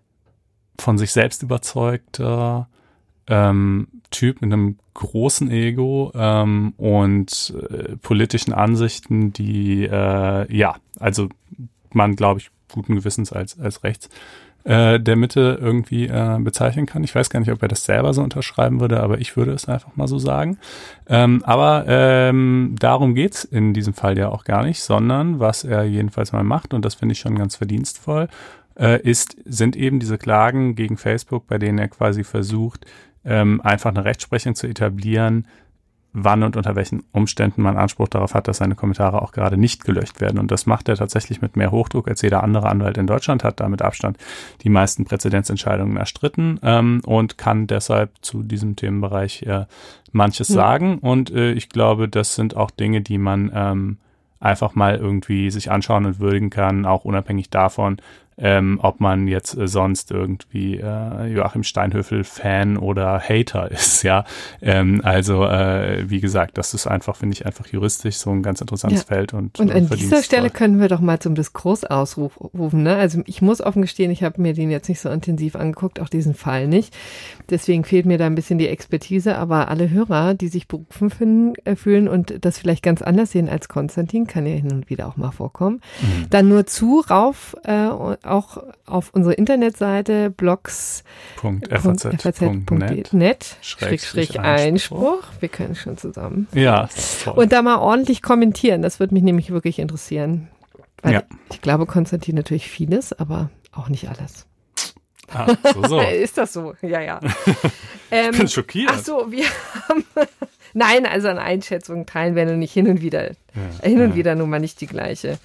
von sich selbst überzeugter ähm, Typ mit einem großen Ego ähm, und äh, politischen Ansichten, die, äh, ja, also man, glaube ich, guten Gewissens als, als rechts äh, der Mitte irgendwie äh, bezeichnen kann. Ich weiß gar nicht, ob er das selber so unterschreiben würde, aber ich würde es einfach mal so sagen. Ähm, aber ähm, darum geht's in diesem Fall ja auch gar nicht, sondern was er jedenfalls mal macht, und das finde ich schon ganz verdienstvoll, äh, ist, sind eben diese Klagen gegen Facebook, bei denen er quasi versucht, ähm, einfach eine Rechtsprechung zu etablieren, wann und unter welchen Umständen man Anspruch darauf hat, dass seine Kommentare auch gerade nicht gelöscht werden. Und das macht er tatsächlich mit mehr Hochdruck, als jeder andere Anwalt in Deutschland, hat da mit Abstand die meisten Präzedenzentscheidungen erstritten ähm, und kann deshalb zu diesem Themenbereich äh, manches mhm. sagen. Und äh, ich glaube, das sind auch Dinge, die man ähm, einfach mal irgendwie sich anschauen und würdigen kann, auch unabhängig davon, ähm, ob man jetzt äh, sonst irgendwie äh, Joachim Steinhöfel-Fan oder Hater ist, ja. Ähm, also, äh, wie gesagt, das ist einfach, finde ich, einfach juristisch so ein ganz interessantes ja. Feld. Und, und an dieser Stelle können wir doch mal zum Diskurs ausrufen, ne? Also ich muss offen gestehen, ich habe mir den jetzt nicht so intensiv angeguckt, auch diesen Fall nicht. Deswegen fehlt mir da ein bisschen die Expertise, aber alle Hörer, die sich berufen finden, äh, fühlen und das vielleicht ganz anders sehen als Konstantin, kann ja hin und wieder auch mal vorkommen, mhm. dann nur zu rauf, äh, auch auf unsere Internetseite blogs Punkt f a z Punkt net Schrägstrich Einspruch. Wir können schon zusammen. Ja, toll. Und da mal ordentlich kommentieren. Das würde mich nämlich wirklich interessieren. Weil ja. ich glaube, Konstantin natürlich vieles, aber auch nicht alles. Ah, so, so. Ist das so? Ja, ja. ähm, ich bin schockiert. Ach so, wir haben... Nein, also an Einschätzungen teilen wir nur nicht hin und wieder. Ja, hin und ja. wieder nun mal nicht die gleiche.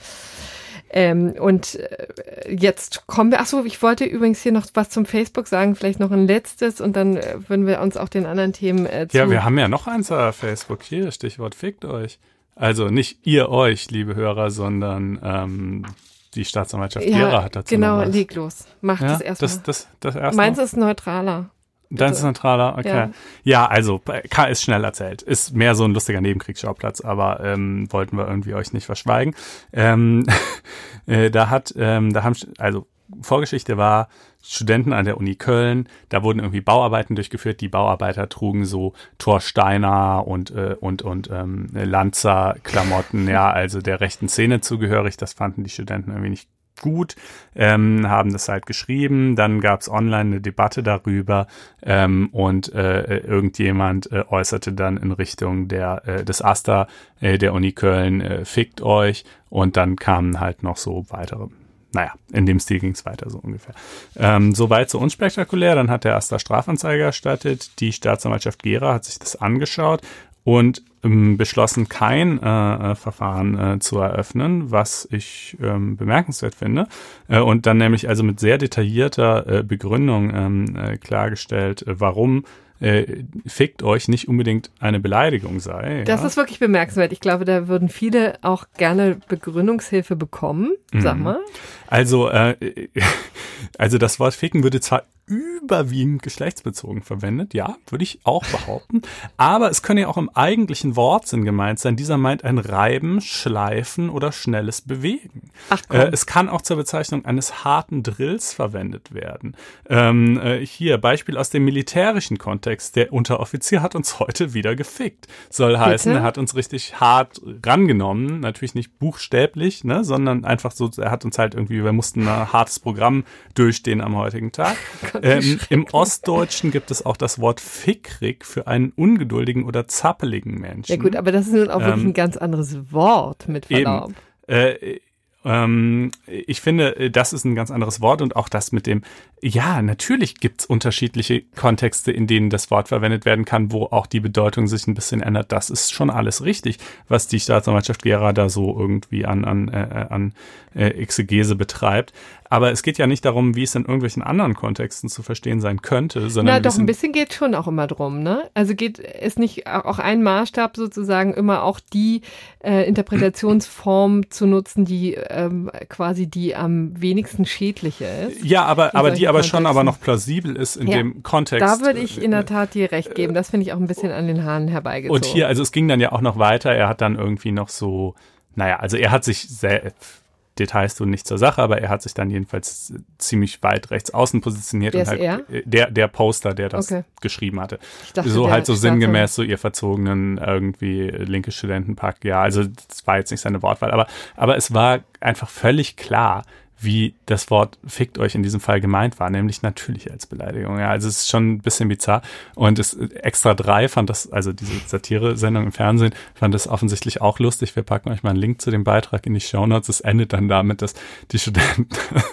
Ähm, und äh, jetzt kommen wir, ach so, ich wollte übrigens hier noch was zum Facebook sagen, vielleicht noch ein letztes und dann äh, würden wir uns auch den anderen Themen äh, zu... Ja, wir haben ja noch eins auf Facebook hier, Stichwort fickt euch. Also nicht ihr euch, liebe Hörer, sondern ähm, die Staatsanwaltschaft ja, Gera hat dazu genau, noch was. leg los. Mach ja, das erstmal. Das, das, das erste Meins ist neutraler. Dein ist neutraler, okay. Ja. ja, also K ist schnell erzählt. Ist mehr so ein lustiger Nebenkriegsschauplatz, aber ähm, wollten wir irgendwie euch nicht verschweigen. Ähm, äh, da hat, ähm, da haben, also Vorgeschichte war, Studenten an der Uni Köln, da wurden irgendwie Bauarbeiten durchgeführt. Die Bauarbeiter trugen so Thor Steiner und äh, und und ähm, Lanza-Klamotten, ja, also der rechten Szene zugehörig. Das fanden die Studenten irgendwie nicht gut, ähm, haben das halt geschrieben, dann gab es online eine Debatte darüber ähm, und äh, irgendjemand äh, äußerte dann in Richtung der äh, des AStA äh, der Uni Köln, äh, fickt euch, und dann kamen halt noch so weitere, naja, in dem Stil ging es weiter so ungefähr. Ähm, Soweit so unspektakulär, dann hat der AStA Strafanzeige erstattet, die Staatsanwaltschaft Gera hat sich das angeschaut und ähm, beschlossen, kein äh, Verfahren äh, zu eröffnen, was ich ähm, bemerkenswert finde. Äh, und dann nämlich also mit sehr detaillierter äh, Begründung ähm, äh, klargestellt, äh, warum äh, fickt euch nicht unbedingt eine Beleidigung sei. Das ja. ist wirklich bemerkenswert. Ich glaube, da würden viele auch gerne Begründungshilfe bekommen. Sag mal. Also, äh, also das Wort ficken würde zwar überwiegend geschlechtsbezogen verwendet, ja, würde ich auch behaupten. Aber es können ja auch im eigentlichen Wortsinn gemeint sein. Dieser meint ein Reiben, Schleifen oder schnelles Bewegen. Ach komm. Äh, es kann auch zur Bezeichnung eines harten Drills verwendet werden. Ähm, äh, hier, Beispiel aus dem militärischen Kontext. Der Unteroffizier hat uns heute wieder gefickt. Soll heißen, Bitte? er hat uns richtig hart rangenommen. Natürlich nicht buchstäblich, ne, sondern einfach so, er hat uns halt irgendwie, wir mussten ein hartes Programm durchstehen am heutigen Tag. Ähm, Im Ostdeutschen gibt es auch das Wort fickrig für einen ungeduldigen oder zappeligen Menschen. Ja gut, aber das ist nun auch wirklich Ähm, ein ganz anderes Wort, mit Verlaub. Eben. Äh, ähm, ich finde, das ist ein ganz anderes Wort und auch das mit dem, ja, natürlich gibt's unterschiedliche Kontexte, in denen das Wort verwendet werden kann, wo auch die Bedeutung sich ein bisschen ändert. Das ist schon alles richtig, was die Staatsanwaltschaft Gera da so irgendwie an, an, äh, an äh, Exegese betreibt. Aber es geht ja nicht darum, wie es in irgendwelchen anderen Kontexten zu verstehen sein könnte, sondern Na doch, ein bisschen geht schon auch immer drum, ne? Also geht es nicht auch ein Maßstab sozusagen immer auch die äh, Interpretationsform zu nutzen, die ähm, quasi die am wenigsten schädliche ist? Ja, aber, aber die aber schon Kontexten. aber noch plausibel ist in Ja, dem Kontext. Da würde ich in der Tat dir recht geben. Das finde ich auch ein bisschen an den Haaren herbeigezogen. Und hier, also es ging dann ja auch noch weiter. Er hat dann irgendwie noch so, naja, also er hat sich sehr, Details tun nicht zur Sache, aber er hat sich dann jedenfalls ziemlich weit rechts außen positioniert. Wer und ist halt er? der, der Poster, der das Okay. geschrieben hatte. Ich dachte, so der halt so Staatsanwalt. sinngemäß so ihr verzogenen irgendwie linke Studentenpakt. Ja, also das war jetzt nicht seine Wortwahl, aber, aber es war einfach völlig klar, wie das Wort fickt euch in diesem Fall gemeint war, nämlich natürlich als Beleidigung. Ja, also es ist schon ein bisschen bizarr. Und es Extra drei fand das, also diese Satire-Sendung im Fernsehen, fand das offensichtlich auch lustig. Wir packen euch mal einen Link zu dem Beitrag in die Shownotes. Es endet dann damit, dass die Studenten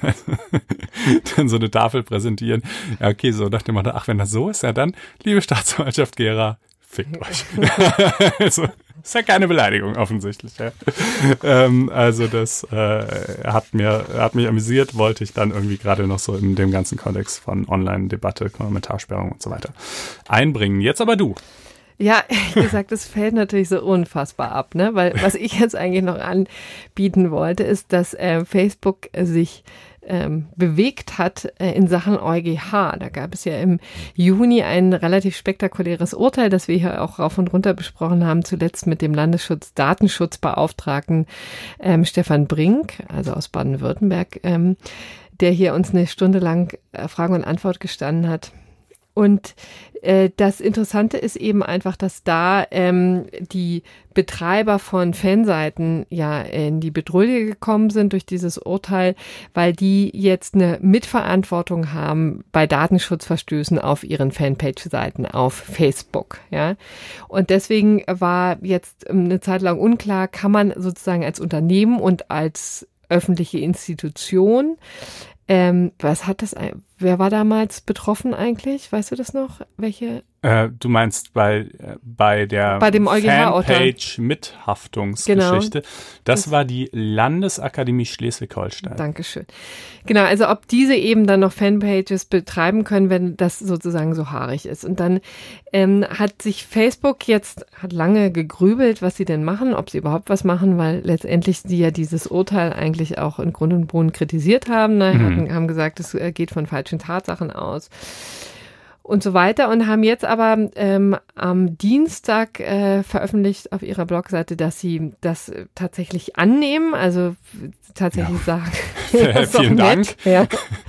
dann so eine Tafel präsentieren. Ja, okay, so nach dem Motto, ach, wenn das so ist, ja dann, liebe Staatsanwaltschaft Gera, fickt euch. Also, ist ja keine Beleidigung offensichtlich. Ja. ähm, also das äh, hat mir hat mich amüsiert, wollte ich dann irgendwie gerade noch so in dem ganzen Kontext von Online-Debatte, Kommentarsperrung und so weiter einbringen. Jetzt aber du. Ja, wie gesagt, es fällt natürlich so unfassbar ab, ne? Weil was ich jetzt eigentlich noch anbieten wollte, ist, dass äh, Facebook sich ähm, bewegt hat äh, in Sachen EuGH. Da gab es ja im Juni ein relativ spektakuläres Urteil, das wir hier auch rauf und runter besprochen haben, zuletzt mit dem Landesschutz Datenschutzbeauftragten ähm, Stefan Brink, also aus Baden-Württemberg, ähm, der hier uns eine Stunde lang äh, Frage und Antwort gestanden hat. Und äh, das Interessante ist eben einfach, dass da ähm, die Betreiber von Fanseiten ja in die Bedrohung gekommen sind durch dieses Urteil, weil die jetzt eine Mitverantwortung haben bei Datenschutzverstößen auf ihren Fanpage-Seiten auf Facebook. Ja, und deswegen war jetzt eine Zeit lang unklar, kann man sozusagen als Unternehmen und als öffentliche Institution Ähm, was hat das, wer war damals betroffen eigentlich? Weißt du das noch? Welche? Äh, du meinst bei, äh, bei der bei dem EuGH-Urteil. Fanpage-Mithaftungsgeschichte. Genau. Das, das war die Landesakademie Schleswig-Holstein. Dankeschön. Genau, also ob diese eben dann noch Fanpages betreiben können, wenn das sozusagen so haarig ist. Und dann ähm, hat sich Facebook jetzt, hat lange gegrübelt, was sie denn machen, ob sie überhaupt was machen, weil letztendlich sie ja dieses Urteil eigentlich auch in Grund und Boden kritisiert haben, ne? Mhm. Hatten, haben gesagt, es geht von falschen Tatsachen aus. Und so weiter und haben jetzt aber ähm, am Dienstag äh, veröffentlicht auf ihrer Blogseite, dass sie das äh, tatsächlich annehmen, also tatsächlich ja. sagen. Ja, vielen Dank. Ja.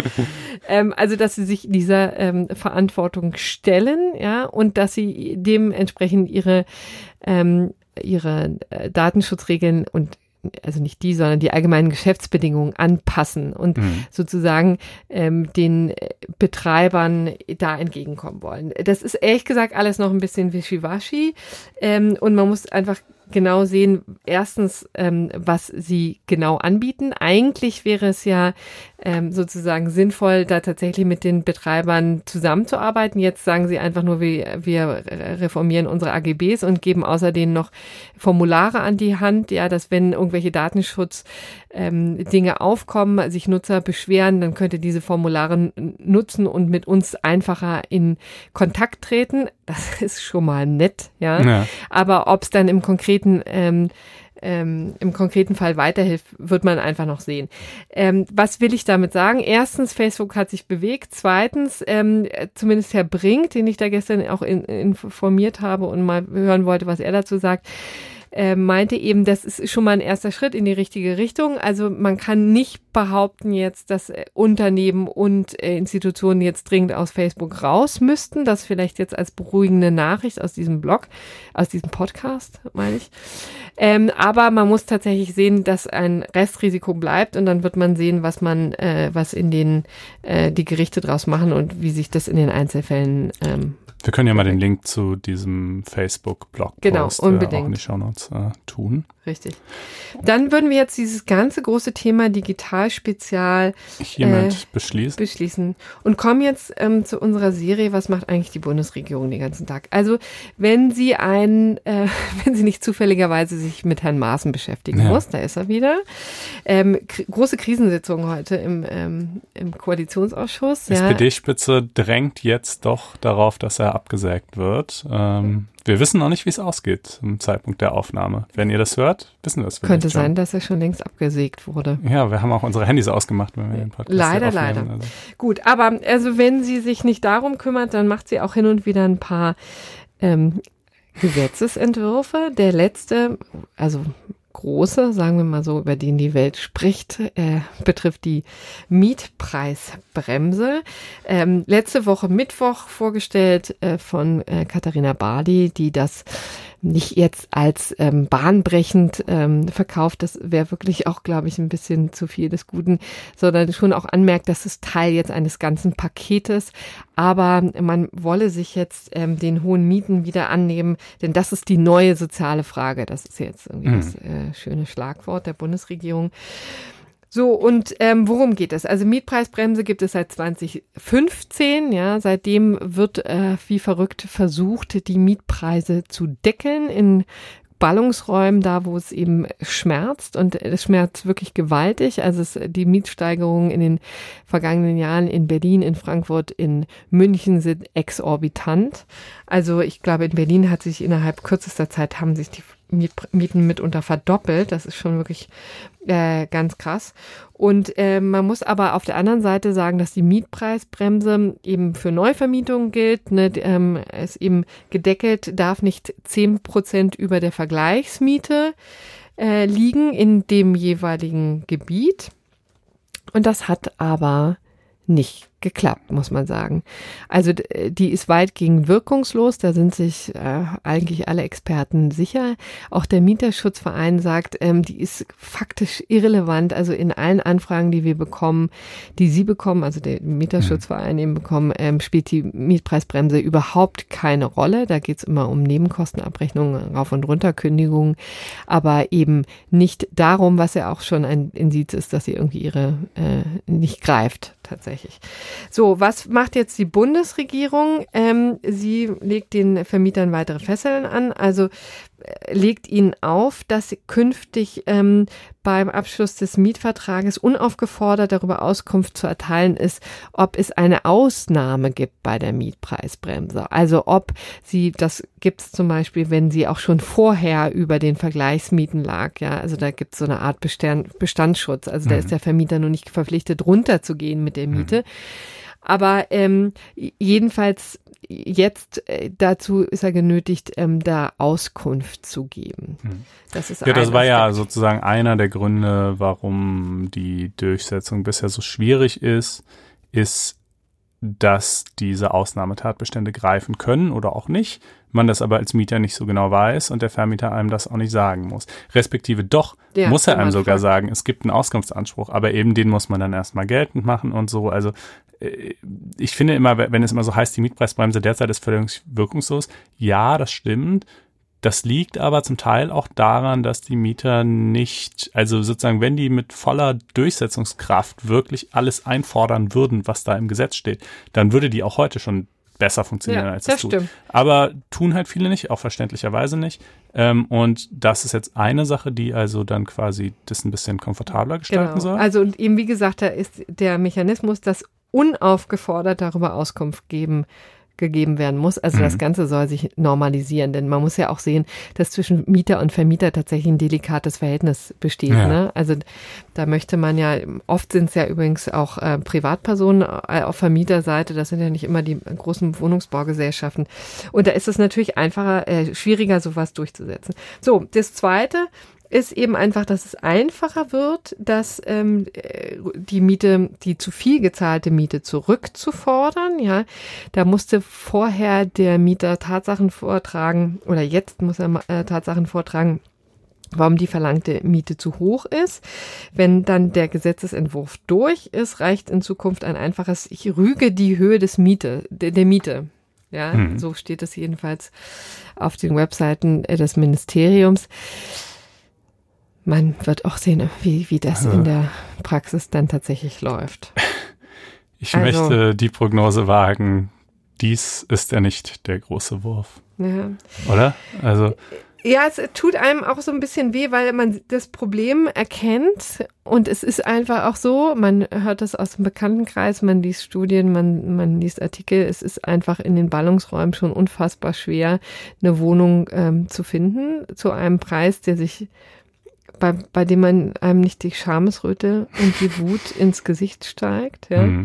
ähm, also dass sie sich dieser ähm, Verantwortung stellen, ja, und dass sie dementsprechend ihre ähm, ihre äh, Datenschutzregeln und also nicht die, sondern die allgemeinen Geschäftsbedingungen anpassen und mhm. sozusagen ähm, den Betreibern da entgegenkommen wollen. Das ist ehrlich gesagt alles noch ein bisschen wischiwaschi ähm, und man muss einfach genau sehen, erstens, ähm, was sie genau anbieten. Eigentlich wäre es ja ähm, sozusagen sinnvoll, da tatsächlich mit den Betreibern zusammenzuarbeiten. Jetzt sagen sie einfach nur, wir, wir reformieren unsere A G Bs und geben außerdem noch Formulare an die Hand, ja, dass wenn irgendwelche Datenschutz ähm, Dinge aufkommen, sich Nutzer beschweren, dann könnte diese Formulare n- nutzen und mit uns einfacher in Kontakt treten. Das ist schon mal nett, ja. ja. Aber ob es dann im konkreten ähm, ähm, im konkreten Fall weiterhilft, wird man einfach noch sehen. Ähm, was will ich damit sagen? Erstens, Facebook hat sich bewegt. Zweitens, ähm, zumindest Herr Brink, den ich da gestern auch in, informiert habe und mal hören wollte, was er dazu sagt, äh, meinte eben, das ist schon mal ein erster Schritt in die richtige Richtung. Also man kann nicht behaupten jetzt, dass äh, Unternehmen und äh, Institutionen jetzt dringend aus Facebook raus müssten. Das vielleicht jetzt als beruhigende Nachricht aus diesem Blog, aus diesem Podcast, meine ich. Ähm, aber man muss tatsächlich sehen, dass ein Restrisiko bleibt und dann wird man sehen, was man, äh, was in den äh, die Gerichte draus machen und wie sich das in den Einzelfällen ähm, Wir können ja mal den Link zu diesem Facebook-Blog genau, unbedingt. Äh, auch in die Shownotes äh, tun. Richtig. Dann würden wir jetzt dieses ganze große Thema Digitalspezial hiermit äh, beschließen. beschließen und kommen jetzt ähm, zu unserer Serie, was macht eigentlich die Bundesregierung den ganzen Tag? Also wenn Sie ein, äh, wenn Sie nicht zufälligerweise sich mit Herrn Maaßen beschäftigen ja. muss, da ist er wieder. Ähm, k- große Krisensitzung heute im, ähm, im Koalitionsausschuss. Ja. S P D-Spitze drängt jetzt doch darauf, dass er abgesägt wird. Ähm, wir wissen noch nicht, wie es ausgeht zum Zeitpunkt der Aufnahme. Wenn ihr das hört, wissen wir es vielleicht Könnte schon. sein, dass er schon längst abgesägt wurde. Ja, wir haben auch unsere Handys ausgemacht, wenn wir den Podcast Leider, hier aufnehmen. leider. Also. Gut, aber also wenn sie sich nicht darum kümmert, dann macht sie auch hin und wieder ein paar ähm, Gesetzesentwürfe. Der letzte, also große, sagen wir mal so, über den die Welt spricht, äh, betrifft die Mietpreisbremse. Ähm, letzte Woche Mittwoch vorgestellt äh, von äh, Katharina Barley, die das nicht jetzt als ähm, bahnbrechend ähm, verkauft, das wäre wirklich auch, glaube ich, ein bisschen zu viel des Guten, sondern schon auch anmerkt, das ist Teil jetzt eines ganzen Paketes, aber man wolle sich jetzt ähm, den hohen Mieten wieder annehmen, denn das ist die neue soziale Frage. Das ist jetzt irgendwie mhm. das äh, schöne Schlagwort der Bundesregierung. So, und ähm, worum geht es? Also Mietpreisbremse gibt es seit zwanzig fünfzehn, ja, seitdem wird äh, wie verrückt versucht, die Mietpreise zu deckeln in Ballungsräumen, da wo es eben schmerzt, und es schmerzt wirklich gewaltig. Also es, die Mietsteigerungen in den vergangenen Jahren in Berlin, in Frankfurt, in München sind exorbitant. Also ich glaube, in Berlin hat sich innerhalb kürzester Zeit haben sich die Mieten mitunter verdoppelt. Das ist schon wirklich äh, ganz krass. Und äh, man muss aber auf der anderen Seite sagen, dass die Mietpreisbremse eben für Neuvermietungen gilt. Ne, ähm, ist eben gedeckelt, darf nicht zehn Prozent über der Vergleichsmiete äh, liegen in dem jeweiligen Gebiet. Und das hat aber nicht geklappt, muss man sagen. Also die ist weitgehend wirkungslos, da sind sich äh, eigentlich alle Experten sicher. Auch der Mieterschutzverein sagt, ähm, die ist faktisch irrelevant. Also in allen Anfragen, die wir bekommen, die Sie bekommen, also der Mieterschutzverein eben bekommen, ähm, spielt die Mietpreisbremse überhaupt keine Rolle. Da geht es immer um Nebenkostenabrechnungen, Rauf- und Runterkündigungen, aber eben nicht darum, was ja auch schon ein Indiz ist, dass sie irgendwie ihre äh, nicht greift tatsächlich. So, was macht jetzt die Bundesregierung? Ähm, sie legt den Vermietern weitere Fesseln an, also äh, legt ihnen auf, dass künftig ähm, beim Abschluss des Mietvertrages unaufgefordert darüber Auskunft zu erteilen ist, ob es eine Ausnahme gibt bei der Mietpreisbremse. Also ob sie, das gibt es zum Beispiel, wenn sie auch schon vorher über den Vergleichsmieten lag, ja, also da gibt es so eine Art Bestand, Bestandsschutz, also da mhm. ist der Vermieter nur nicht verpflichtet, runterzugehen mit der Miete. Mhm. Aber ähm, jedenfalls jetzt äh, dazu ist er genötigt, ähm, da Auskunft zu geben. Hm. Das ist ja, das war Aspekt. ja sozusagen einer der Gründe, warum die Durchsetzung bisher so schwierig ist, ist, dass diese Ausnahmetatbestände greifen können oder auch nicht, man das aber als Mieter nicht so genau weiß und der Vermieter einem das auch nicht sagen muss. Respektive doch, ja, muss er einem sogar sagen, es gibt einen Auskunftsanspruch, aber eben den muss man dann erstmal geltend machen und so. Also ich finde immer, wenn es immer so heißt, die Mietpreisbremse derzeit ist völlig wirkungslos, ja, das stimmt. Das liegt aber zum Teil auch daran, dass die Mieter nicht, also sozusagen, wenn die mit voller Durchsetzungskraft wirklich alles einfordern würden, was da im Gesetz steht, dann würde die auch heute schon besser funktionieren, ja, als das es tut. Stimmt. Aber tun halt viele nicht, auch verständlicherweise nicht. Ähm, und das ist jetzt eine Sache, die also dann quasi das ein bisschen komfortabler gestalten genau. soll. Also und eben, wie gesagt, da ist der Mechanismus, dass unaufgefordert darüber Auskunft geben gegeben werden muss. Also mhm. das Ganze soll sich normalisieren, denn man muss ja auch sehen, dass zwischen Mieter und Vermieter tatsächlich ein delikates Verhältnis besteht. Ja. Ne? Also da möchte man ja, oft sind es ja übrigens auch äh, Privatpersonen auf Vermieterseite, das sind ja nicht immer die großen Wohnungsbaugesellschaften. Und da ist es natürlich einfacher, äh, schwieriger, sowas durchzusetzen. So, das Zweite ist eben einfach, dass es einfacher wird, dass ähm, die Miete, die zu viel gezahlte Miete zurückzufordern. Ja, da musste vorher der Mieter Tatsachen vortragen oder jetzt muss er äh, Tatsachen vortragen, warum die verlangte Miete zu hoch ist. Wenn dann der Gesetzesentwurf durch ist, reicht in Zukunft ein einfaches Ich rüge die Höhe des Miete, der, der Miete. Ja, hm. so steht es jedenfalls auf den Webseiten des Ministeriums. Man wird auch sehen, wie, wie das also, in der Praxis dann tatsächlich läuft. Ich also, möchte die Prognose wagen, dies ist ja nicht der große Wurf. Ja. Oder? Also ja, es tut einem auch so ein bisschen weh, weil man das Problem erkennt und es ist einfach auch so, man hört das aus dem Bekanntenkreis, man liest Studien, man, man liest Artikel, es ist einfach in den Ballungsräumen schon unfassbar schwer, eine Wohnung ähm, zu finden zu einem Preis, der sich Bei, bei dem man einem nicht die Schamesröte und die Wut ins Gesicht steigt. Ja. Mhm.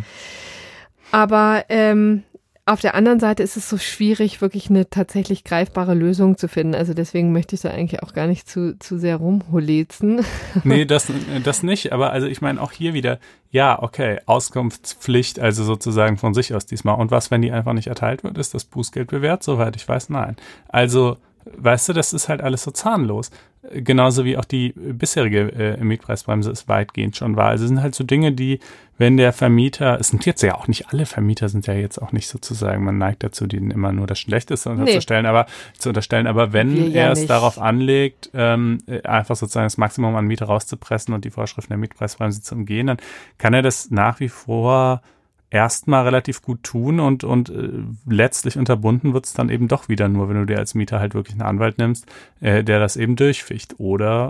Aber ähm, auf der anderen Seite ist es so schwierig, wirklich eine tatsächlich greifbare Lösung zu finden. Also deswegen möchte ich da eigentlich auch gar nicht zu, zu sehr rumholezen. Nee, das, das nicht. Aber also ich meine auch hier wieder, ja, okay, Auskunftspflicht, also sozusagen von sich aus diesmal. Und was, wenn die einfach nicht erteilt wird, ist das Bußgeld bewährt? Soweit ich weiß, nein. Also weißt du, das ist halt alles so zahnlos. Genauso wie auch die bisherige äh, Mietpreisbremse es weitgehend schon war. Also es sind halt so Dinge, die, wenn der Vermieter, es sind jetzt ja auch nicht alle Vermieter, sind ja jetzt auch nicht sozusagen, man neigt dazu, denen immer nur das Schlechteste unterzustellen, nee. aber zu unterstellen. Aber wenn ja er es nicht. darauf anlegt, ähm, einfach sozusagen das Maximum an Miete rauszupressen und die Vorschriften der Mietpreisbremse zu umgehen, dann kann er das nach wie vor erstmal relativ gut tun und und äh, letztlich unterbunden wird es dann eben doch wieder nur, wenn du dir als Mieter halt wirklich einen Anwalt nimmst, äh, der das eben durchficht oder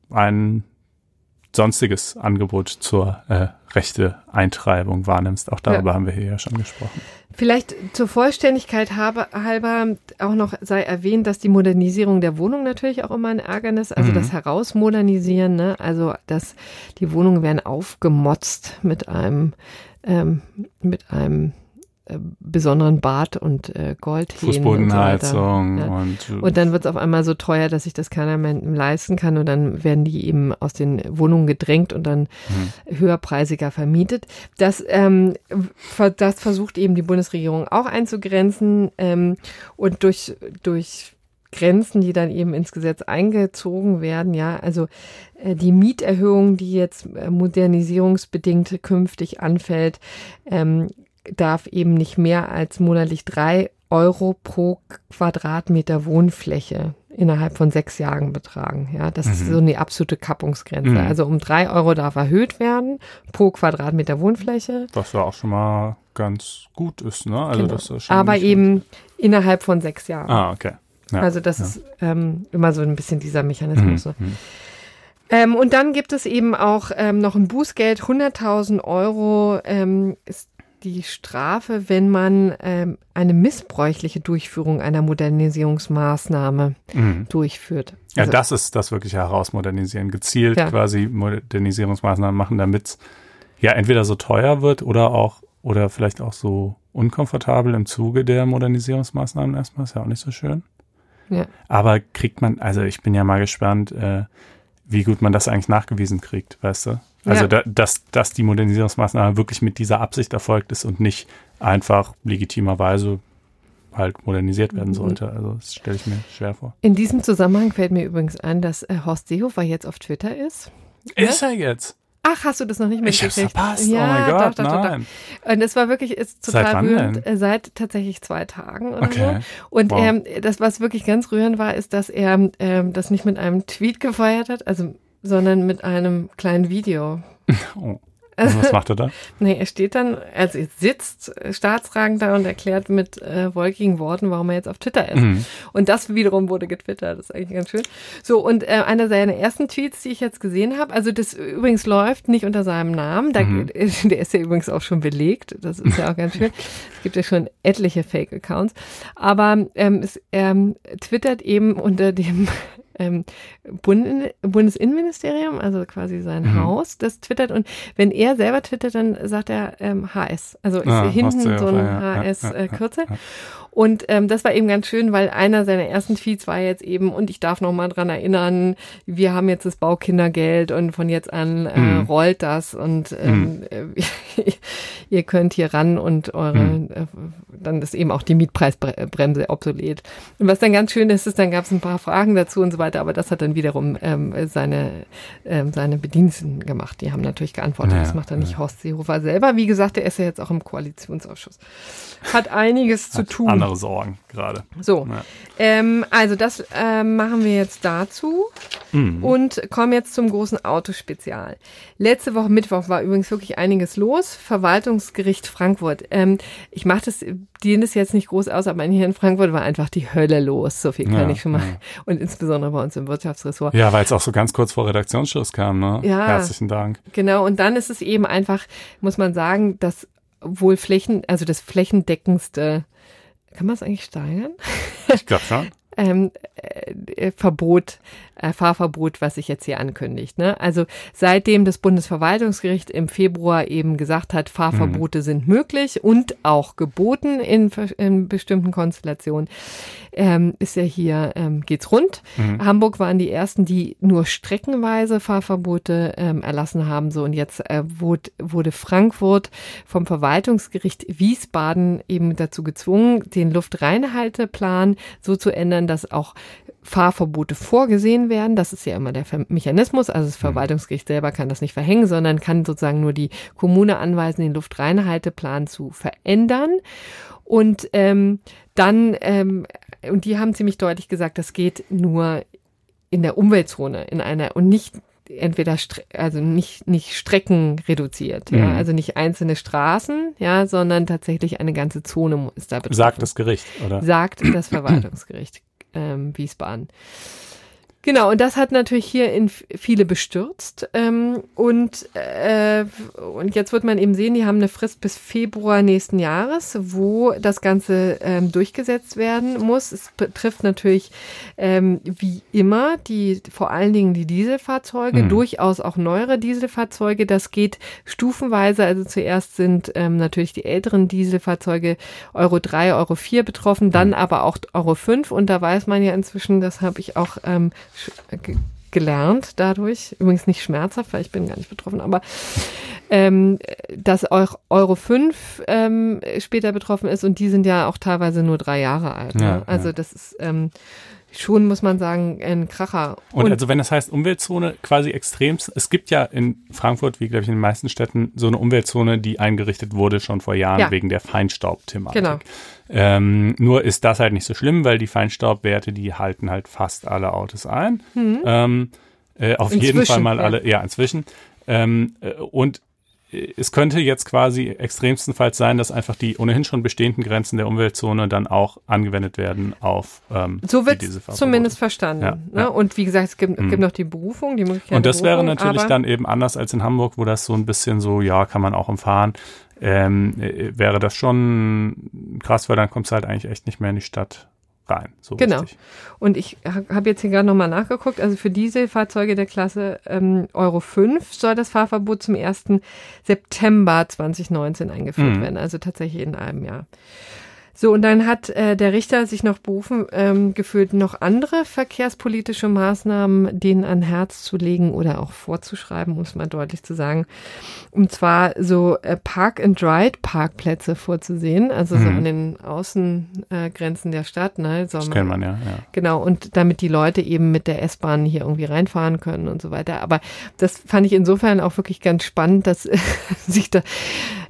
ein sonstiges Angebot zur äh, Rechte-Eintreibung wahrnimmst. Auch darüber ja. haben wir hier ja schon gesprochen. Vielleicht zur Vollständigkeit habe, halber auch noch sei erwähnt, dass die Modernisierung der Wohnung natürlich auch immer ein Ärgernis, also mhm. das Herausmodernisieren, ne? Also dass die Wohnungen werden aufgemotzt mit einem Ähm, mit einem äh, besonderen Bad und äh, Goldhähnen Fußbodenheizung. Und, so ja. und, und dann wird es auf einmal so teuer, dass sich das keiner mehr leisten kann und dann werden die eben aus den Wohnungen gedrängt und dann hm. höherpreisiger vermietet. Das, ähm, das versucht eben die Bundesregierung auch einzugrenzen ähm, und durch, durch Grenzen, die dann eben ins Gesetz eingezogen werden, ja, also äh, die Mieterhöhung, die jetzt äh, modernisierungsbedingt künftig anfällt, ähm, darf eben nicht mehr als monatlich drei Euro pro Quadratmeter Wohnfläche innerhalb von sechs Jahren betragen. Ja, das mhm. ist so eine absolute Kappungsgrenze. Mhm. Also um drei Euro darf erhöht werden pro Quadratmeter Wohnfläche. Was ja auch schon mal ganz gut ist, ne? Also genau. das ist schon aber eben ist. Innerhalb von sechs Jahren. Ah, okay. Ja, also das ja. ist ähm, immer so ein bisschen dieser Mechanismus. Mhm. Ne? Ähm, und dann gibt es eben auch ähm, noch ein Bußgeld, hunderttausend Euro ähm, ist die Strafe, wenn man ähm, eine missbräuchliche Durchführung einer Modernisierungsmaßnahme mhm. durchführt. Also, ja, das ist das wirkliche Herausmodernisieren. Gezielt ja. quasi Modernisierungsmaßnahmen machen, damit es ja entweder so teuer wird oder auch oder vielleicht auch so unkomfortabel im Zuge der Modernisierungsmaßnahmen erstmal. Ist ja auch nicht so schön. Ja. Aber kriegt man, also ich bin ja mal gespannt, äh, wie gut man das eigentlich nachgewiesen kriegt, weißt du? Also, ja. da, dass, dass die Modernisierungsmaßnahme wirklich mit dieser Absicht erfolgt ist und nicht einfach legitimerweise halt modernisiert werden sollte. Also, das stelle ich mir schwer vor. In diesem Zusammenhang fällt mir übrigens ein, dass äh, Horst Seehofer jetzt auf Twitter ist. Ist ja? er jetzt? Ach, hast du das noch nicht mitgekriegt? Ich hab's verpasst. Ja, oh mein Gott, doch, doch, nein. Doch, doch. Und es war wirklich ist total Seit wann rührend. Denn? Seit tatsächlich zwei Tagen oder okay. so. Und wow. ähm, das, was wirklich ganz rührend war, ist, dass er ähm, das nicht mit einem Tweet gefeiert hat, also sondern mit einem kleinen Video. Oh. Und was macht er da? Nee, er steht dann, also er sitzt staatsragend da und erklärt mit äh, wolkigen Worten, warum er jetzt auf Twitter ist. Mhm. Und das wiederum wurde getwittert, das ist eigentlich ganz schön. So, und äh, einer seiner ersten Tweets, die ich jetzt gesehen habe, also das übrigens läuft nicht unter seinem Namen, da, mhm. der ist ja übrigens auch schon belegt, das ist ja auch ganz schön. Es gibt ja schon etliche Fake-Accounts, aber ähm, es, er twittert eben unter dem Ähm, Bund- Bundesinnenministerium, also quasi sein mhm. Haus, das twittert, und wenn er selber twittert, dann sagt er ähm, H S, also ist ja, hinten so ein ja, H S-Kürzel. Ja, ja, ja. Und ähm, das war eben ganz schön, weil einer seiner ersten Tweets war jetzt eben, und ich darf noch mal dran erinnern, wir haben jetzt das Baukindergeld und von jetzt an äh, mhm. rollt das und ähm, mhm. ihr könnt hier ran und eure, mhm. äh, dann ist eben auch die Mietpreisbremse obsolet. Und was dann ganz schön ist, ist, dann gab es ein paar Fragen dazu und so weiter, aber das hat dann wiederum ähm, seine, ähm, seine Bediensteten gemacht. Die haben natürlich geantwortet, ja, das macht dann nicht ja. Horst Seehofer selber. Wie gesagt, der ist ja jetzt auch im Koalitionsausschuss. Hat einiges hat zu tun. Andere Sorgen gerade. So, ja. ähm, also das ähm, machen wir jetzt dazu mhm. und kommen jetzt zum großen Autospezial. Letzte Woche Mittwoch war übrigens wirklich einiges los. Verwaltungsgericht Frankfurt. Ähm, ich mache das, dehne das jetzt nicht groß aus, aber hier in Frankfurt war einfach die Hölle los. So viel kann ja, ich schon mal. Ja. Und insbesondere bei uns im Wirtschaftsressort. Ja, weil es auch so ganz kurz vor Redaktionsschluss kam, ne? Ja, herzlichen Dank. Genau, und dann ist es eben einfach, muss man sagen, dass wohl Flächen, also das flächendeckendste, kann man es eigentlich steigern? Ich glaube schon. ähm, äh, Verbot, äh, Fahrverbot, was sich jetzt hier ankündigt. Ne? Also seitdem das Bundesverwaltungsgericht im Februar eben gesagt hat, Fahrverbote mhm. sind möglich und auch geboten in, in bestimmten Konstellationen, ähm, ist ja hier, ähm, geht's rund. Mhm. Hamburg waren die ersten, die nur streckenweise Fahrverbote ähm, erlassen haben. So, und jetzt äh, wurde, wurde Frankfurt vom Verwaltungsgericht Wiesbaden eben dazu gezwungen, den Luftreinhalteplan so zu ändern, dass auch Fahrverbote vorgesehen werden. Das ist ja immer der Mechanismus. Also das Verwaltungsgericht selber kann das nicht verhängen, sondern kann sozusagen nur die Kommune anweisen, den Luftreinhalteplan zu verändern. Und ähm, dann, ähm, und die haben ziemlich deutlich gesagt, das geht nur in der Umweltzone, in einer, und nicht entweder, also nicht, nicht Strecken reduziert, ja, mhm. also nicht einzelne Straßen, ja, sondern tatsächlich eine ganze Zone ist da betroffen. Sagt das Gericht, oder? Sagt das Verwaltungsgericht ähm, Wiesbaden. Genau, und das hat natürlich hier in viele bestürzt. Ähm, und, äh, und jetzt wird man eben sehen, die haben eine Frist bis Februar nächsten Jahres, wo das Ganze ähm, durchgesetzt werden muss. Es betrifft natürlich ähm, wie immer die, vor allen Dingen die Dieselfahrzeuge, mhm. durchaus auch neuere Dieselfahrzeuge. Das geht stufenweise. Also zuerst sind ähm, natürlich die älteren Dieselfahrzeuge Euro drei, Euro vier betroffen, dann mhm. aber auch Euro fünf. Und da weiß man ja inzwischen, das habe ich auch ähm, gelernt dadurch, übrigens nicht schmerzhaft, weil ich bin gar nicht betroffen, aber ähm, dass auch Euro fünf ähm, später betroffen ist, und die sind ja auch teilweise nur drei Jahre alt. Ne? Ja, also ja. das ist ähm, schon, muss man sagen, ein Kracher. Und, und also wenn das heißt Umweltzone, quasi extremst, es gibt ja in Frankfurt, wie glaube ich in den meisten Städten, so eine Umweltzone, die eingerichtet wurde schon vor Jahren ja. wegen der Feinstaubthematik. Genau. Ähm, nur ist das halt nicht so schlimm, weil die Feinstaubwerte, die halten halt fast alle Autos ein. Mhm. Ähm, äh, auf inzwischen, jeden Fall mal ja. alle, ja inzwischen. Ähm, äh, und es könnte jetzt quasi extremstenfalls sein, dass einfach die ohnehin schon bestehenden Grenzen der Umweltzone dann auch angewendet werden auf ähm, so wird es zumindest verstanden. Ja, ne? Ja. Und wie gesagt, es gibt, mhm. gibt noch die Berufung, die Möglichkeit. Und das Berufung, wäre natürlich dann eben anders als in Hamburg, wo das so ein bisschen so, ja, kann man auch umfahren. Ähm, äh, wäre das schon krass, weil dann kommt es halt eigentlich echt nicht mehr in die Stadt rein. So genau. Richtig. Und ich habe jetzt hier gerade nochmal nachgeguckt, also für Dieselfahrzeuge der Klasse ähm, Euro fünf soll das Fahrverbot zum ersten September zweitausendneunzehn eingeführt mhm. werden, also tatsächlich in einem Jahr. So, und dann hat äh, der Richter sich noch berufen ähm, gefühlt, noch andere verkehrspolitische Maßnahmen denen an Herz zu legen oder auch vorzuschreiben, um es mal deutlich zu sagen. Und zwar so äh, Park-and-Ride-Parkplätze vorzusehen, also mhm. so an den Außengrenzen äh, der Stadt. Ne, das kennt man ja, ja. Genau, und damit die Leute eben mit der S-Bahn hier irgendwie reinfahren können und so weiter. Aber das fand ich insofern auch wirklich ganz spannend, dass sich da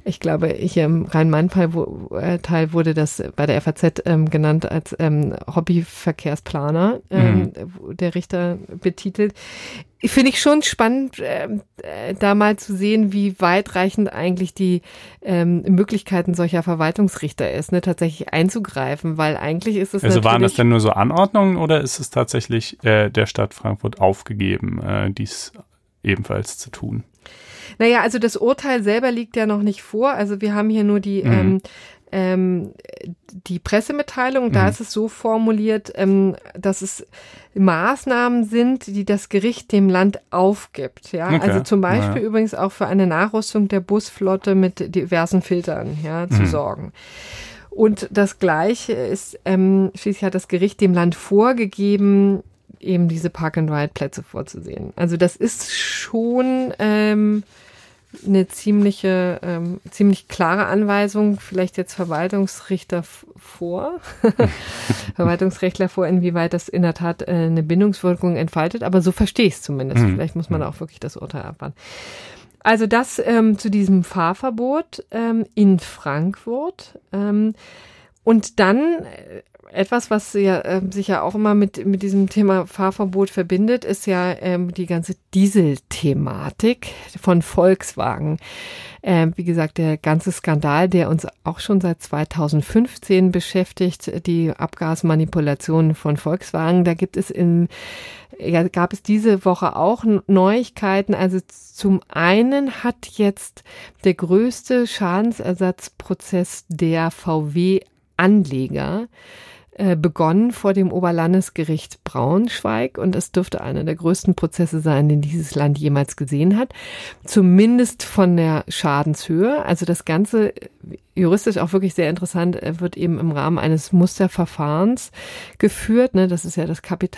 Ich glaube, hier im Rhein-Main-Teil wurde das bei der F A Z ähm, genannt als ähm, Hobbyverkehrsplaner, ähm, mhm. der Richter betitelt. Finde ich schon spannend, äh, da mal zu sehen, wie weitreichend eigentlich die ähm, Möglichkeiten solcher Verwaltungsrichter ist, ne, tatsächlich einzugreifen, weil eigentlich ist es Also natürlich... waren das denn nur so Anordnungen oder ist es tatsächlich äh, der Stadt Frankfurt aufgegeben, äh, dies ebenfalls zu tun? Naja, also das Urteil selber liegt ja noch nicht vor. Also wir haben hier nur die, mhm. ähm, ähm, die Pressemitteilung. Da mhm. ist es so formuliert, ähm, dass es Maßnahmen sind, die das Gericht dem Land aufgibt. Ja, okay. Also zum Beispiel ja. übrigens auch für eine Nachrüstung der Busflotte mit diversen Filtern, ja, zu mhm. sorgen. Und das Gleiche ist, ähm, schließlich hat das Gericht dem Land vorgegeben, eben diese Park-and-Ride-Plätze vorzusehen. Also das ist schon ähm, eine ziemliche, ähm, ziemlich klare Anweisung, vielleicht jetzt Verwaltungsrichter vor, Verwaltungsrechtler vor, inwieweit das in der Tat äh, eine Bindungswirkung entfaltet, aber so verstehe ich es zumindest. Mhm. Vielleicht muss man auch wirklich das Urteil abwarten. Also das ähm, zu diesem Fahrverbot ähm, in Frankfurt ähm, und dann äh, etwas, was ja äh, sich ja auch immer mit mit diesem Thema Fahrverbot verbindet, ist ja ähm, die ganze Diesel-Thematik von Volkswagen. Ähm, wie gesagt, der ganze Skandal, der uns auch schon seit zweitausendfünfzehn beschäftigt, die Abgasmanipulationen von Volkswagen. Da gibt es in ja, gab es diese Woche auch Neuigkeiten. Also zum einen hat jetzt der größte Schadensersatzprozess der V W-Anleger begonnen vor dem Oberlandesgericht Braunschweig und es dürfte einer der größten Prozesse sein, den dieses Land jemals gesehen hat. Zumindest von der Schadenshöhe. Also das Ganze juristisch auch wirklich sehr interessant, wird eben im Rahmen eines Musterverfahrens geführt. Ne? Das ist ja das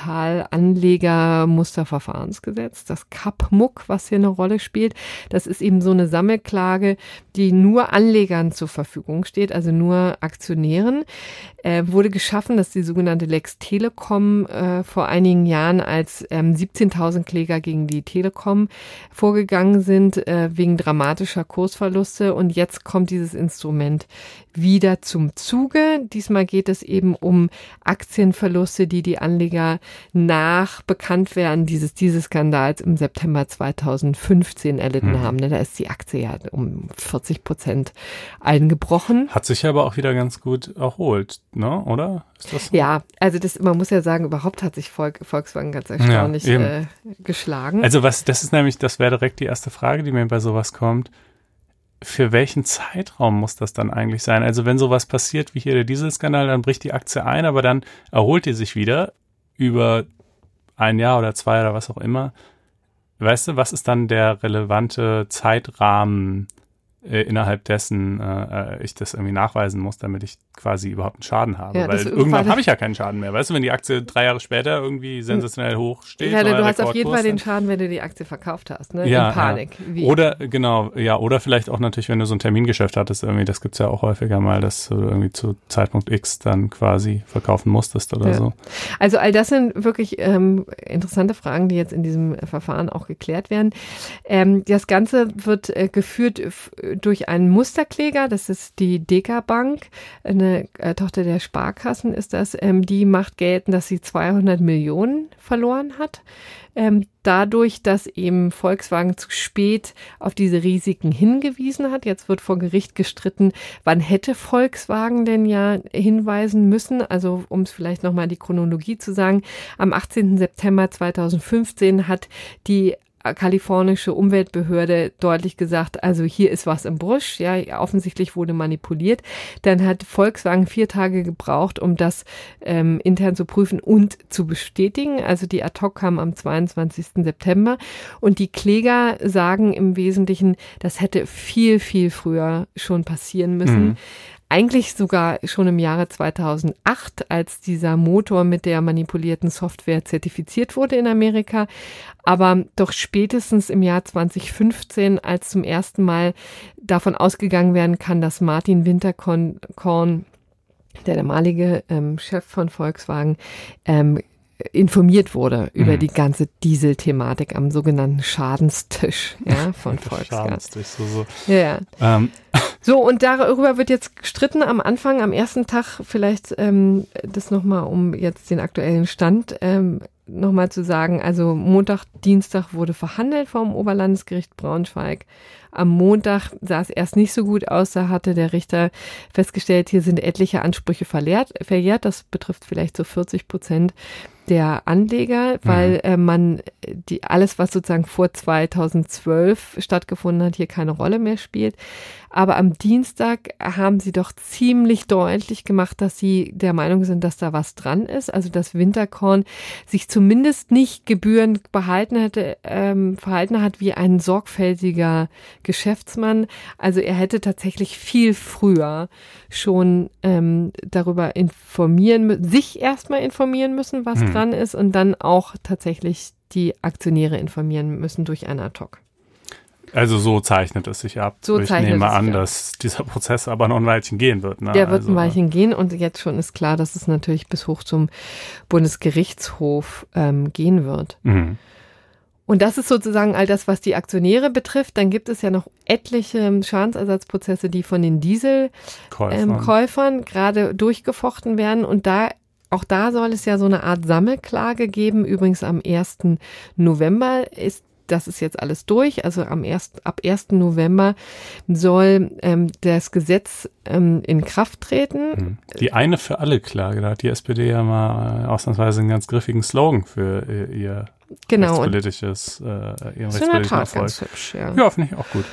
Kapitalanleger-Musterverfahrensgesetz, das KapMuck, was hier eine Rolle spielt. Das ist eben so eine Sammelklage, die nur Anlegern zur Verfügung steht, also nur Aktionären. Äh, wurde geschaffen, dass die sogenannte Lex Telekom äh, vor einigen Jahren, als ähm, siebzehntausend Kläger gegen die Telekom vorgegangen sind, äh, wegen dramatischer Kursverluste. Und jetzt kommt dieses Instrument wieder zum Zuge. Diesmal geht es eben um Aktienverluste, die die Anleger nach Bekanntwerden dieses, dieses Skandals im September zweitausendfünfzehn erlitten mhm. haben. Da ist die Aktie ja um vierzig Prozent eingebrochen. Hat sich aber auch wieder ganz gut erholt, ne? Oder? Ist das so? Ja, also das, man muss ja sagen, überhaupt hat sich Volk, Volkswagen ganz erstaunlich ja, äh, geschlagen. Also was, das ist nämlich, das wäre direkt die erste Frage, die mir bei sowas kommt. Für welchen Zeitraum muss das dann eigentlich sein? Also wenn sowas passiert wie hier der Dieselskandal, dann bricht die Aktie ein, aber dann erholt die sich wieder über ein Jahr oder zwei oder was auch immer. Weißt du, was ist dann der relevante Zeitrahmen, äh, innerhalb dessen äh, ich das irgendwie nachweisen muss, damit ich quasi überhaupt einen Schaden habe? Ja, weil irgendwann habe ich ja keinen Schaden mehr. Weißt du, wenn die Aktie drei Jahre später irgendwie sensationell hoch steht. Ja, du hast auf jeden Fall den Schaden, wenn du die Aktie verkauft hast, ne? Ja, in Panik. Ja. Wie? Oder, genau, ja, oder vielleicht auch natürlich, wenn du so ein Termingeschäft hattest, irgendwie, das gibt's ja auch häufiger mal, dass du irgendwie zu Zeitpunkt X dann quasi verkaufen musstest oder ja. so. Also all das sind wirklich ähm, interessante Fragen, die jetzt in diesem Verfahren auch geklärt werden. Ähm, das Ganze wird äh, geführt f- durch einen Musterkläger, das ist die Deka Bank, eine äh, Tochter der Sparkassen ist das, ähm, die macht geltend, dass sie zweihundert Millionen verloren hat. Ähm, dadurch, dass eben Volkswagen zu spät auf diese Risiken hingewiesen hat. Jetzt wird vor Gericht gestritten, wann hätte Volkswagen denn ja hinweisen müssen? Also um es vielleicht nochmal die Chronologie zu sagen, am achtzehnten September zweitausendfünfzehn hat die kalifornische Umweltbehörde deutlich gesagt, also hier ist was im Busch, ja, offensichtlich wurde manipuliert. Dann hat Volkswagen vier Tage gebraucht, um das ähm, intern zu prüfen und zu bestätigen. Also die Ad hoc kam am zweiundzwanzigsten September und die Kläger sagen im Wesentlichen, das hätte viel, viel früher schon passieren müssen. Mhm. Eigentlich sogar schon im Jahre zweitausendacht, als dieser Motor mit der manipulierten Software zertifiziert wurde in Amerika. Aber doch spätestens im Jahr zweitausendfünfzehn, als zum ersten Mal davon ausgegangen werden kann, dass Martin Winterkorn, der damalige ähm, Chef von Volkswagen, ähm, informiert wurde über mhm. die ganze Diesel-Thematik am sogenannten Schadenstisch, ja, von Volksgas. Schadenstisch, so, so. Ja, ja. Ähm. So, und darüber wird jetzt gestritten am Anfang, am ersten Tag vielleicht ähm, das nochmal, um jetzt den aktuellen Stand ähm, nochmal zu sagen. Also Montag, Dienstag wurde verhandelt vom Oberlandesgericht Braunschweig. Am Montag sah es erst nicht so gut aus. Da hatte der Richter festgestellt, hier sind etliche Ansprüche verjährt. verjährt. Das betrifft vielleicht so vierzig Prozent der Anleger, weil mhm. äh, man die alles, was sozusagen vor zweitausendzwölf stattgefunden hat, hier keine Rolle mehr spielt. Aber am Dienstag haben sie doch ziemlich deutlich gemacht, dass sie der Meinung sind, dass da was dran ist. Also dass Winterkorn sich zumindest nicht gebührend behalten hätte, ähm, verhalten hat wie ein sorgfältiger Geschäftsmann. Also er hätte tatsächlich viel früher schon ähm, darüber informieren, sich erstmal informieren müssen, was hm. dran ist, und dann auch tatsächlich die Aktionäre informieren müssen durch ein Ad-Hoc. Also so zeichnet es sich ab. So ich es nehme an, sich dass dieser Prozess aber noch ein Weilchen gehen wird. Ne? Der wird also, ein Weilchen gehen, und jetzt schon ist klar, dass es natürlich bis hoch zum Bundesgerichtshof ähm, gehen wird. Mhm. Und das ist sozusagen all das, was die Aktionäre betrifft. Dann gibt es ja noch etliche Schadensersatzprozesse, die von den Dieselkäufern ähm, gerade durchgefochten werden. Und da auch da soll es ja so eine Art Sammelklage geben. Übrigens am ersten November ist das ist jetzt alles durch. Also am ersten, ab ersten November soll ähm, das Gesetz ähm, in Kraft treten. Die eine für alle Klage, da hat die S P D ja mal äh, ausnahmsweise einen ganz griffigen Slogan für äh, ihr genau. rechtspolitisches, äh, ihren ist rechtspolitischen in der Tat Erfolg. ganz hübsch, ja. Ja, finde ich auch gut.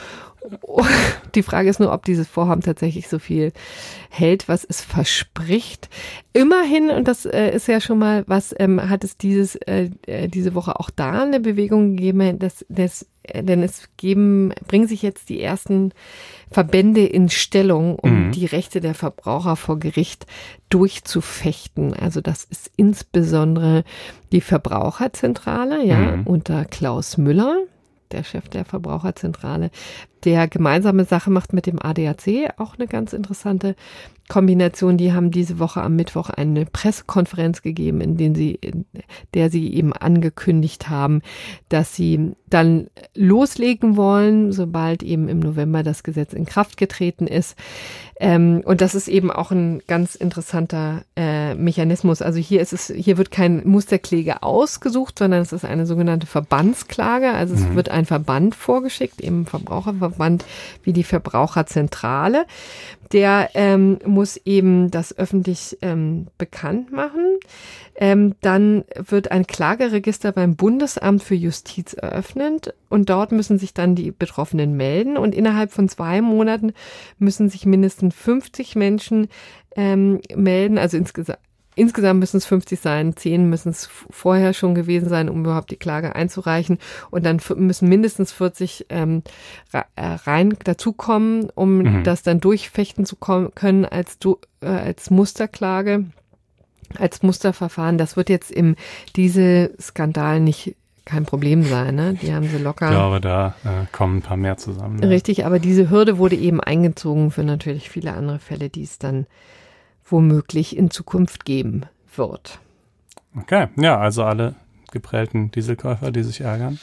Die Frage ist nur, ob dieses Vorhaben tatsächlich so viel hält, was es verspricht. Immerhin, und das äh, ist ja schon mal was, ähm, hat es dieses äh, diese Woche auch da eine Bewegung gegeben, dass, dass, äh, denn es geben, bringen sich jetzt die ersten Verbände in Stellung, um mhm. die Rechte der Verbraucher vor Gericht durchzufechten. Also das ist insbesondere die Verbraucherzentrale, ja, mhm. unter Klaus Müller, der Chef der Verbraucherzentrale, der gemeinsame Sache macht mit dem A D A C, auch eine ganz interessante Kombination. Die haben diese Woche am Mittwoch eine Pressekonferenz gegeben, in der sie, in der sie eben angekündigt haben, dass sie dann loslegen wollen, sobald eben im November das Gesetz in Kraft getreten ist. Ähm, und das ist eben auch ein ganz interessanter äh, Mechanismus. Also hier ist es, hier wird kein Musterkläger ausgesucht, sondern es ist eine sogenannte Verbandsklage. Also es mhm. wird ein Verband vorgeschickt, eben Verbraucherverband wie die Verbraucherzentrale. Der ähm, muss eben das öffentlich ähm, bekannt machen. Ähm, dann wird ein Klageregister beim Bundesamt für Justiz eröffnet, und dort müssen sich dann die Betroffenen melden, und innerhalb von zwei Monaten müssen sich mindestens fünfzig Menschen ähm, melden, also insgesamt. Insgesamt müssen es fünfzig sein, zehn müssen es vorher schon gewesen sein, um überhaupt die Klage einzureichen. Und dann müssen mindestens vierzig ähm, rein dazukommen, um mhm. das dann durchfechten zu können als, äh, als Musterklage, als Musterverfahren. Das wird jetzt im Dieselskandal nicht kein Problem sein, ne? Die haben sie locker. Ich glaube, da äh, kommen ein paar mehr zusammen. Ne? Richtig, aber diese Hürde wurde eben eingezogen für natürlich viele andere Fälle, die es dann womöglich in Zukunft geben wird. Okay, ja, also alle geprellten Dieselkäufer, die sich ärgern,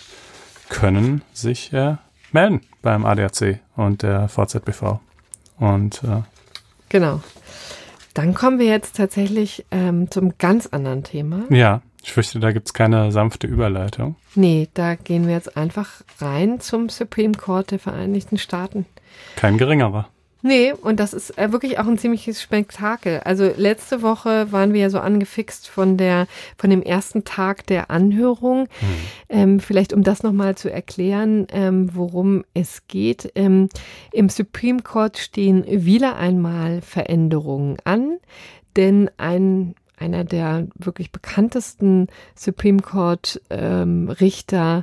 können sich äh, melden beim A D A C und der V Z B V. Und äh, genau. Dann kommen wir jetzt tatsächlich ähm, zum ganz anderen Thema. Ja, ich fürchte, da gibt es keine sanfte Überleitung. Nee, da gehen wir jetzt einfach rein zum Supreme Court der Vereinigten Staaten. Kein geringerer. Nee, und das ist äh, wirklich auch ein ziemliches Spektakel. Also letzte Woche waren wir ja so angefixt von der, von dem ersten Tag der Anhörung. Hm. Ähm, vielleicht um das nochmal zu erklären, ähm, worum es geht. Ähm, im Supreme Court stehen wieder einmal Veränderungen an, denn ein einer der wirklich bekanntesten Supreme Court ähm, Richter,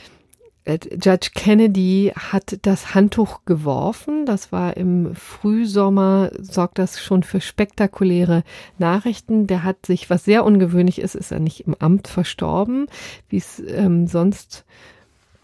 Judge Kennedy, hat das Handtuch geworfen. Das war im Frühsommer, sorgt das schon für spektakuläre Nachrichten. Der hat sich, was sehr ungewöhnlich ist, ist er nicht im Amt verstorben, wie es ähm, sonst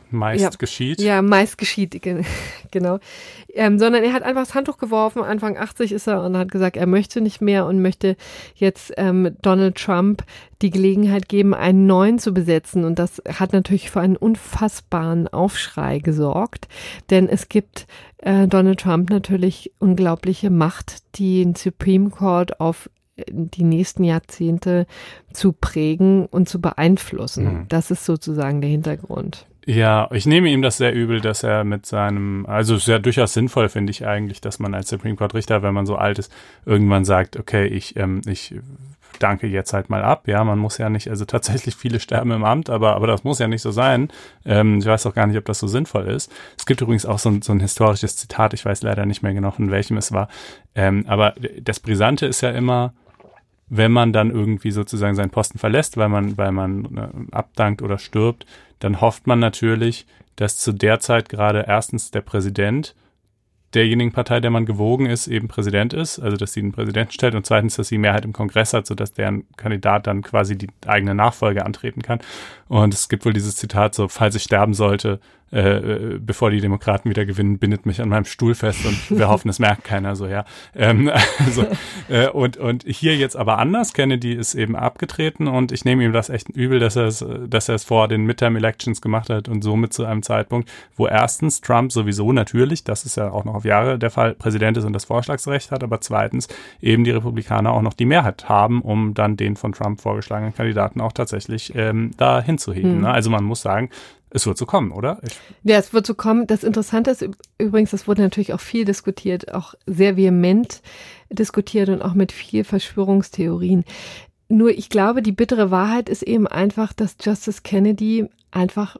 meist ja, geschieht. Ja, meist geschieht, genau. Ähm, sondern er hat einfach das Handtuch geworfen, Anfang achtzig ist er und hat gesagt, er möchte nicht mehr und möchte jetzt ähm, Donald Trump die Gelegenheit geben, einen neuen zu besetzen. Und das hat natürlich für einen unfassbaren Aufschrei gesorgt, denn es gibt äh, Donald Trump natürlich unglaubliche Macht, die den Supreme Court auf die nächsten Jahrzehnte zu prägen und zu beeinflussen. Mhm. Das ist sozusagen der Hintergrund. Ja, ich nehme ihm das sehr übel, dass er mit seinem, also es ist ja durchaus sinnvoll, finde ich eigentlich, dass man als Supreme Court Richter, wenn man so alt ist, irgendwann sagt, okay, ich, ähm, ich danke jetzt halt mal ab. Ja, man muss ja nicht, also tatsächlich viele sterben im Amt, aber, aber das muss ja nicht so sein. Ähm, ich weiß auch gar nicht, ob das so sinnvoll ist. Es gibt übrigens auch so ein, so ein historisches Zitat, ich weiß leider nicht mehr genau, in welchem es war. Ähm, aber das Brisante ist ja immer, wenn man dann irgendwie sozusagen seinen Posten verlässt, weil man, weil man äh, abdankt oder stirbt, dann hofft man natürlich, dass zu der Zeit gerade erstens der Präsident derjenigen Partei, der man gewogen ist, eben Präsident ist, also dass sie den Präsidenten stellt und zweitens, dass sie Mehrheit im Kongress hat, sodass deren Kandidat dann quasi die eigene Nachfolge antreten kann. Und es gibt wohl dieses Zitat so, falls ich sterben sollte, äh, bevor die Demokraten wieder gewinnen, bindet mich an meinem Stuhl fest und wir hoffen, es merkt keiner so, ja. Ähm, also, äh, und, und hier jetzt aber anders. Kennedy ist eben abgetreten und ich nehme ihm das echt übel, dass er es, dass er es vor den Midterm-Elections gemacht hat und somit zu einem Zeitpunkt, wo erstens Trump sowieso natürlich, das ist ja auch noch auf Jahre der Fall, Präsident ist und das Vorschlagsrecht hat, aber zweitens eben die Republikaner auch noch die Mehrheit haben, um dann den von Trump vorgeschlagenen Kandidaten auch tatsächlich ähm, da hinzuheben. Hm. Ne? Also man muss sagen, es wird so kommen, oder? Ich ja, es wird so kommen. Das Interessante ist übrigens, das wurde natürlich auch viel diskutiert, auch sehr vehement diskutiert und auch mit viel Verschwörungstheorien. Nur ich glaube, die bittere Wahrheit ist eben einfach, dass Justice Kennedy einfach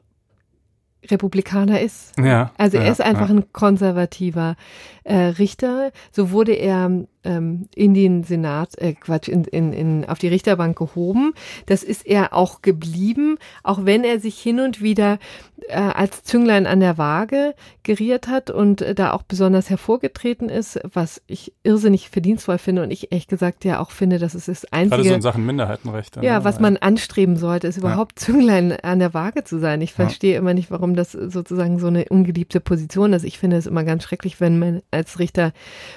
Republikaner ist. Ja, also er ja, ist einfach ja. ein konservativer äh, Richter. So wurde er ähm, in den Senat, äh, Quatsch, in, in, in, auf die Richterbank gehoben. Das ist er auch geblieben, auch wenn er sich hin und wieder äh, als Zünglein an der Waage geriert hat und äh, da auch besonders hervorgetreten ist, was ich irrsinnig verdienstvoll finde und ich ehrlich gesagt ja auch finde, dass es das einzige... Gerade so in Sachen Minderheitenrechte. Ja, ne? was man anstreben sollte, ist überhaupt ja. Zünglein an der Waage zu sein. Ich verstehe ja. immer nicht, warum das sozusagen so eine ungeliebte Position ist. Ich finde es immer ganz schrecklich, wenn man als Richter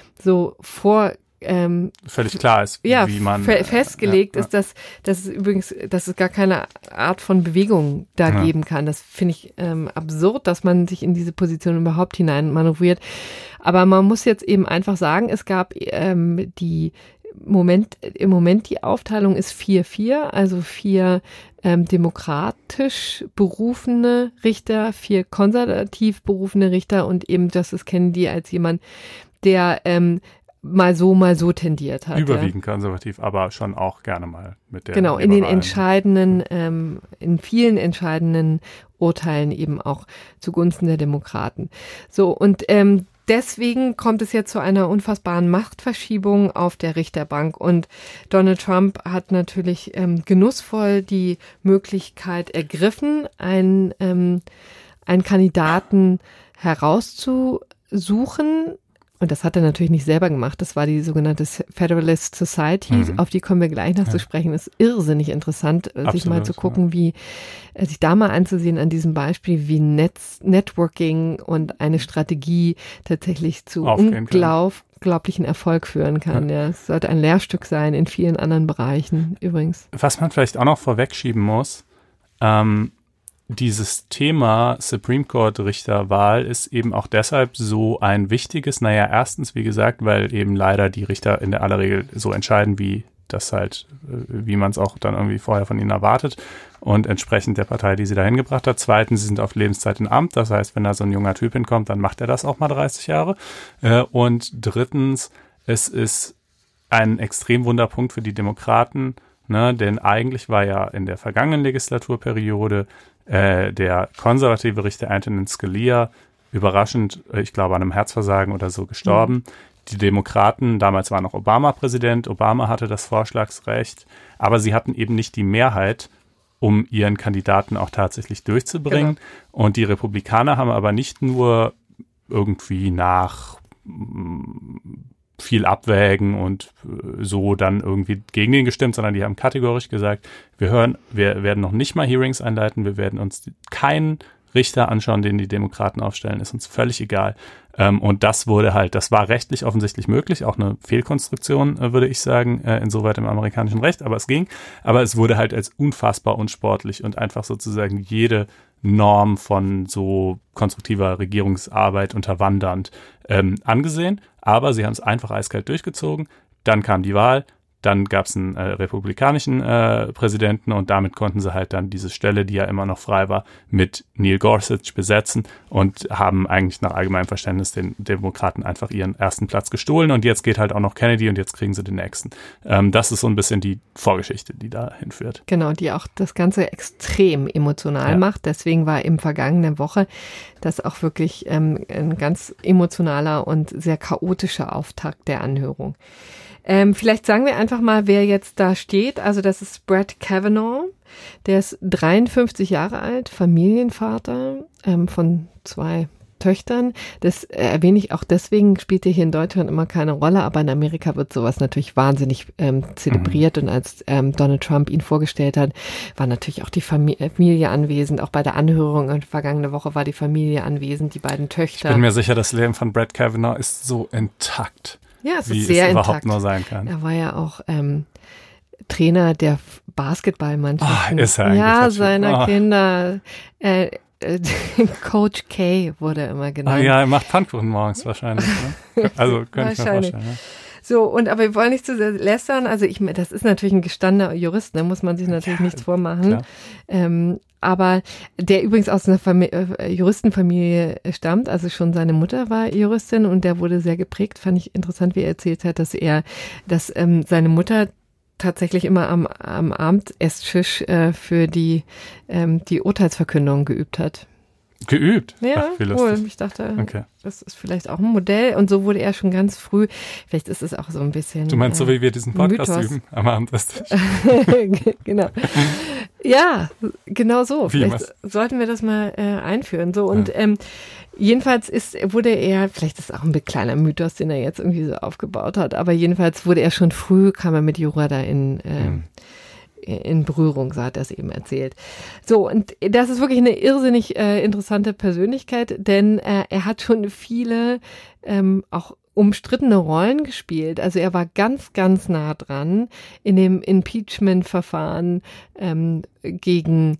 so vor ähm, völlig klar ist, ja, wie man fe- festgelegt ja, ja. ist, dass, dass es übrigens, dass es gar keine Art von Bewegung da ja. geben kann. Das finde ich ähm, absurd, dass man sich in diese Position überhaupt hinein manövriert. Aber man muss jetzt eben einfach sagen, es gab ähm, die Moment, im Moment die Aufteilung ist vier vier, also vier ähm, demokratisch berufene Richter, vier konservativ berufene Richter und eben Justice Kennedy als jemand, der ähm, mal so, mal so tendiert hat. Überwiegend ja. konservativ, aber schon auch gerne mal mit der Genau, in den entscheidenden, ähm, in vielen entscheidenden Urteilen eben auch zugunsten der Demokraten. So, und ähm, deswegen kommt es jetzt zu einer unfassbaren Machtverschiebung auf der Richterbank und Donald Trump hat natürlich ähm, genussvoll die Möglichkeit ergriffen, einen, ähm, einen Kandidaten herauszusuchen. Und das hat er natürlich nicht selber gemacht. Das war die sogenannte Federalist Society. Mhm. Auf die kommen wir gleich noch ja. zu sprechen. Das ist irrsinnig interessant, Absolut, sich mal zu gucken, ja. wie, sich da mal anzusehen an diesem Beispiel, wie Netz, Networking und eine Strategie tatsächlich zu unglaublich unglaublichen Erfolg führen kann. Ja. Ja, es sollte ein Lehrstück sein in vielen anderen Bereichen übrigens. Was man vielleicht auch noch vorwegschieben muss, ähm, dieses Thema Supreme Court Richterwahl ist eben auch deshalb so ein wichtiges. Naja, erstens, wie gesagt, weil eben leider die Richter in der aller Regel so entscheiden, wie das halt, wie man es auch dann irgendwie vorher von ihnen erwartet und entsprechend der Partei, die sie dahin gebracht hat. Zweitens, sie sind auf Lebenszeit im Amt. Das heißt, wenn da so ein junger Typ hinkommt, dann macht er das auch mal dreißig Jahre. Und drittens, es ist ein extrem Wunderpunkt für die Demokraten, ne? Denn eigentlich war ja in der vergangenen Legislaturperiode Äh, der konservative Richter Antonin Scalia überraschend, ich glaube an einem Herzversagen oder so, gestorben. Mhm. Die Demokraten, damals war noch Obama Präsident, Obama hatte das Vorschlagsrecht, aber sie hatten eben nicht die Mehrheit, um ihren Kandidaten auch tatsächlich durchzubringen. Genau. Und die Republikaner haben aber nicht nur irgendwie nach viel abwägen und so dann irgendwie gegen den gestimmt, sondern die haben kategorisch gesagt, wir hören, wir werden noch nicht mal Hearings einleiten, wir werden uns keinen Richter anschauen, den die Demokraten aufstellen, ist uns völlig egal. Ähm, und das wurde halt, das war rechtlich offensichtlich möglich, auch eine Fehlkonstruktion, äh, würde ich sagen, äh, insoweit im amerikanischen Recht, aber es ging. Aber es wurde halt als unfassbar unsportlich und einfach sozusagen jede Norm von so konstruktiver Regierungsarbeit unterwandernd ähm, angesehen. Aber sie haben es einfach eiskalt durchgezogen. Dann kam die Wahl. Dann gab es einen äh, republikanischen äh, Präsidenten und damit konnten sie halt dann diese Stelle, die ja immer noch frei war, mit Neil Gorsuch besetzen und haben eigentlich nach allgemeinem Verständnis den Demokraten einfach ihren ersten Platz gestohlen und jetzt geht halt auch noch Kennedy und jetzt kriegen sie den nächsten. Ähm, das ist so ein bisschen die Vorgeschichte, die da hinführt. Genau, die auch das Ganze extrem emotional ja. macht. Deswegen war im vergangenen Woche das auch wirklich ähm, ein ganz emotionaler und sehr chaotischer Auftakt der Anhörung. Ähm, vielleicht sagen wir einfach mal, wer jetzt da steht. Also das ist Brett Kavanaugh. Der ist dreiundfünfzig Jahre alt, Familienvater ähm, von zwei Töchtern. Das äh, erwähne ich auch deswegen, spielt er hier in Deutschland immer keine Rolle, aber in Amerika wird sowas natürlich wahnsinnig ähm, zelebriert. Mhm. Und als ähm, Donald Trump ihn vorgestellt hat, war natürlich auch die Familie anwesend. Auch bei der Anhörung und vergangene Woche war die Familie anwesend, die beiden Töchter. Ich bin mir sicher, das Leben von Brett Kavanaugh ist so intakt. Ja, es wie ist sehr es überhaupt intakt. nur sein kann. Er war ja auch ähm, Trainer der Basketballmannschaft. Oh, ist er eigentlich ja, das seiner oh. Kinder. Äh, äh, Coach K wurde immer genannt. Ah, ja, er macht Pfannkuchen morgens wahrscheinlich. Ne? Also könnte ich mir vorstellen. Ne? So, und aber wir wollen nicht zu sehr lästern. Also ich, das ist natürlich ein gestandener Jurist, da muss man sich natürlich ja, nichts vormachen. Ähm, aber der übrigens aus einer Familie, äh, Juristenfamilie stammt, also schon seine Mutter war Juristin und der wurde sehr geprägt. Fand ich interessant, wie er erzählt hat, dass er, dass ähm, seine Mutter tatsächlich immer am, am Abend-Esstisch äh, für die, ähm, die Urteilsverkündung geübt hat. Geübt? Ja, Ach, wie cool. Ich dachte, okay. Das ist vielleicht auch ein Modell. Und so wurde er schon ganz früh, vielleicht ist es auch so ein bisschen Du meinst, äh, so wie wir diesen Podcast Mythos. üben am Abendesstisch? Genau. Ja, genau so. Wie Vielleicht was? sollten wir das mal äh, einführen. So und ja. ähm, jedenfalls ist, wurde er, vielleicht ist es auch ein kleiner Mythos, den er jetzt irgendwie so aufgebaut hat, aber jedenfalls wurde er schon früh, kam er mit Jura da in äh, hm. in Berührung, so hat er es eben erzählt. So, und das ist wirklich eine irrsinnig äh, interessante Persönlichkeit, denn äh, er hat schon viele ähm, auch umstrittene Rollen gespielt. Also er war ganz, ganz nah dran in dem Impeachment-Verfahren ähm, gegen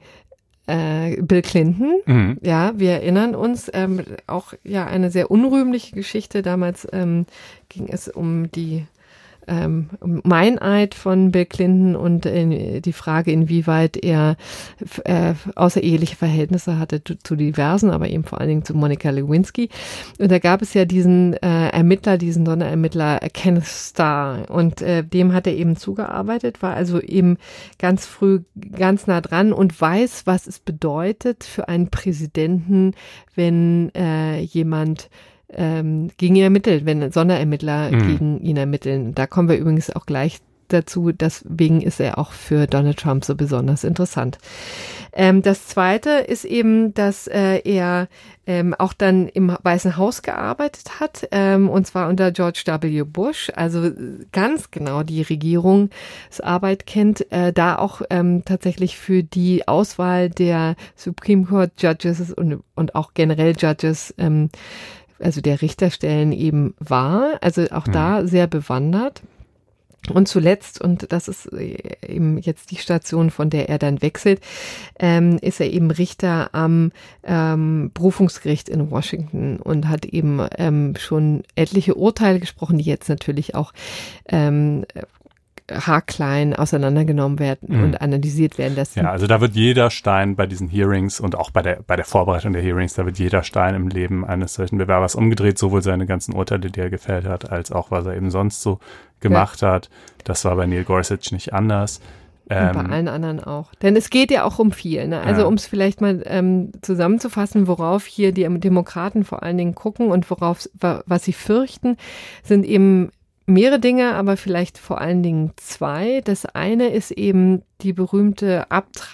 äh, Bill Clinton. Mhm. Ja, wir erinnern uns, ähm, auch ja eine sehr unrühmliche Geschichte. Damals ähm, ging es um die Ähm, Meineid von Bill Clinton und äh, die Frage, inwieweit er äh, außereheliche Verhältnisse hatte zu, zu diversen, aber eben vor allen Dingen zu Monica Lewinsky. Und da gab es ja diesen äh, Ermittler, diesen Sonderermittler Kenneth Starr und äh, dem hat er eben zugearbeitet, war also eben ganz früh ganz nah dran und weiß, was es bedeutet für einen Präsidenten, wenn äh, jemand Ähm, gegen ihn ermittelt, wenn Sonderermittler mhm. gegen ihn ermitteln. Da kommen wir übrigens auch gleich dazu, deswegen ist er auch für Donald Trump so besonders interessant. Ähm, das Zweite ist eben, dass äh, er ähm, auch dann im Weißen Haus gearbeitet hat, ähm, und zwar unter George W. Bush, also ganz genau die Regierungsarbeit kennt, äh, da auch ähm, tatsächlich für die Auswahl der Supreme Court Judges und, und auch generell Judges ähm, also der Richterstellen eben war, also auch mhm. da sehr bewandert. Und zuletzt, und das ist eben jetzt die Station, von der er dann wechselt, ähm, ist er eben Richter am ähm, Berufungsgericht in Washington und hat eben ähm, schon etliche Urteile gesprochen, die jetzt natürlich auch ähm, haarklein auseinandergenommen werden mhm. und analysiert werden. Das ja, also da wird jeder Stein bei diesen Hearings und auch bei der bei der Vorbereitung der Hearings, da wird jeder Stein im Leben eines solchen Bewerbers umgedreht, sowohl seine ganzen Urteile, die er gefällt hat, als auch, was er eben sonst so gemacht ja. hat. Das war bei Neil Gorsuch nicht anders. Und bei allen anderen auch. Denn es geht ja auch um viel. Ne? Also ja. um es vielleicht mal ähm, zusammenzufassen, worauf hier die Demokraten vor allen Dingen gucken und worauf was sie fürchten, sind eben mehrere Dinge, aber vielleicht vor allen Dingen zwei. Das eine ist eben die berühmte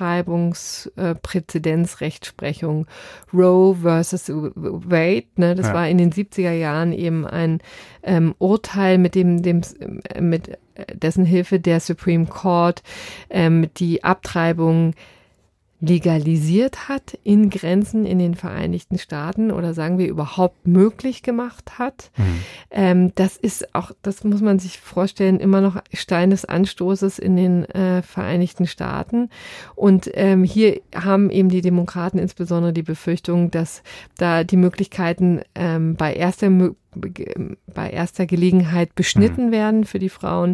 Abtreibungspräzedenzrechtsprechung Roe versus Wade. Ne? Das ja. war in den siebziger Jahren eben ein ähm, Urteil, mit dem, dem mit dessen Hilfe der Supreme Court ähm, die Abtreibung legalisiert hat in Grenzen in den Vereinigten Staaten oder sagen wir überhaupt möglich gemacht hat. Mhm. Ähm, das ist auch, das muss man sich vorstellen, immer noch Stein des Anstoßes in den äh, Vereinigten Staaten. Und ähm, hier haben eben die Demokraten insbesondere die Befürchtung, dass da die Möglichkeiten ähm, bei erster bei erster Gelegenheit beschnitten mhm. werden für die Frauen.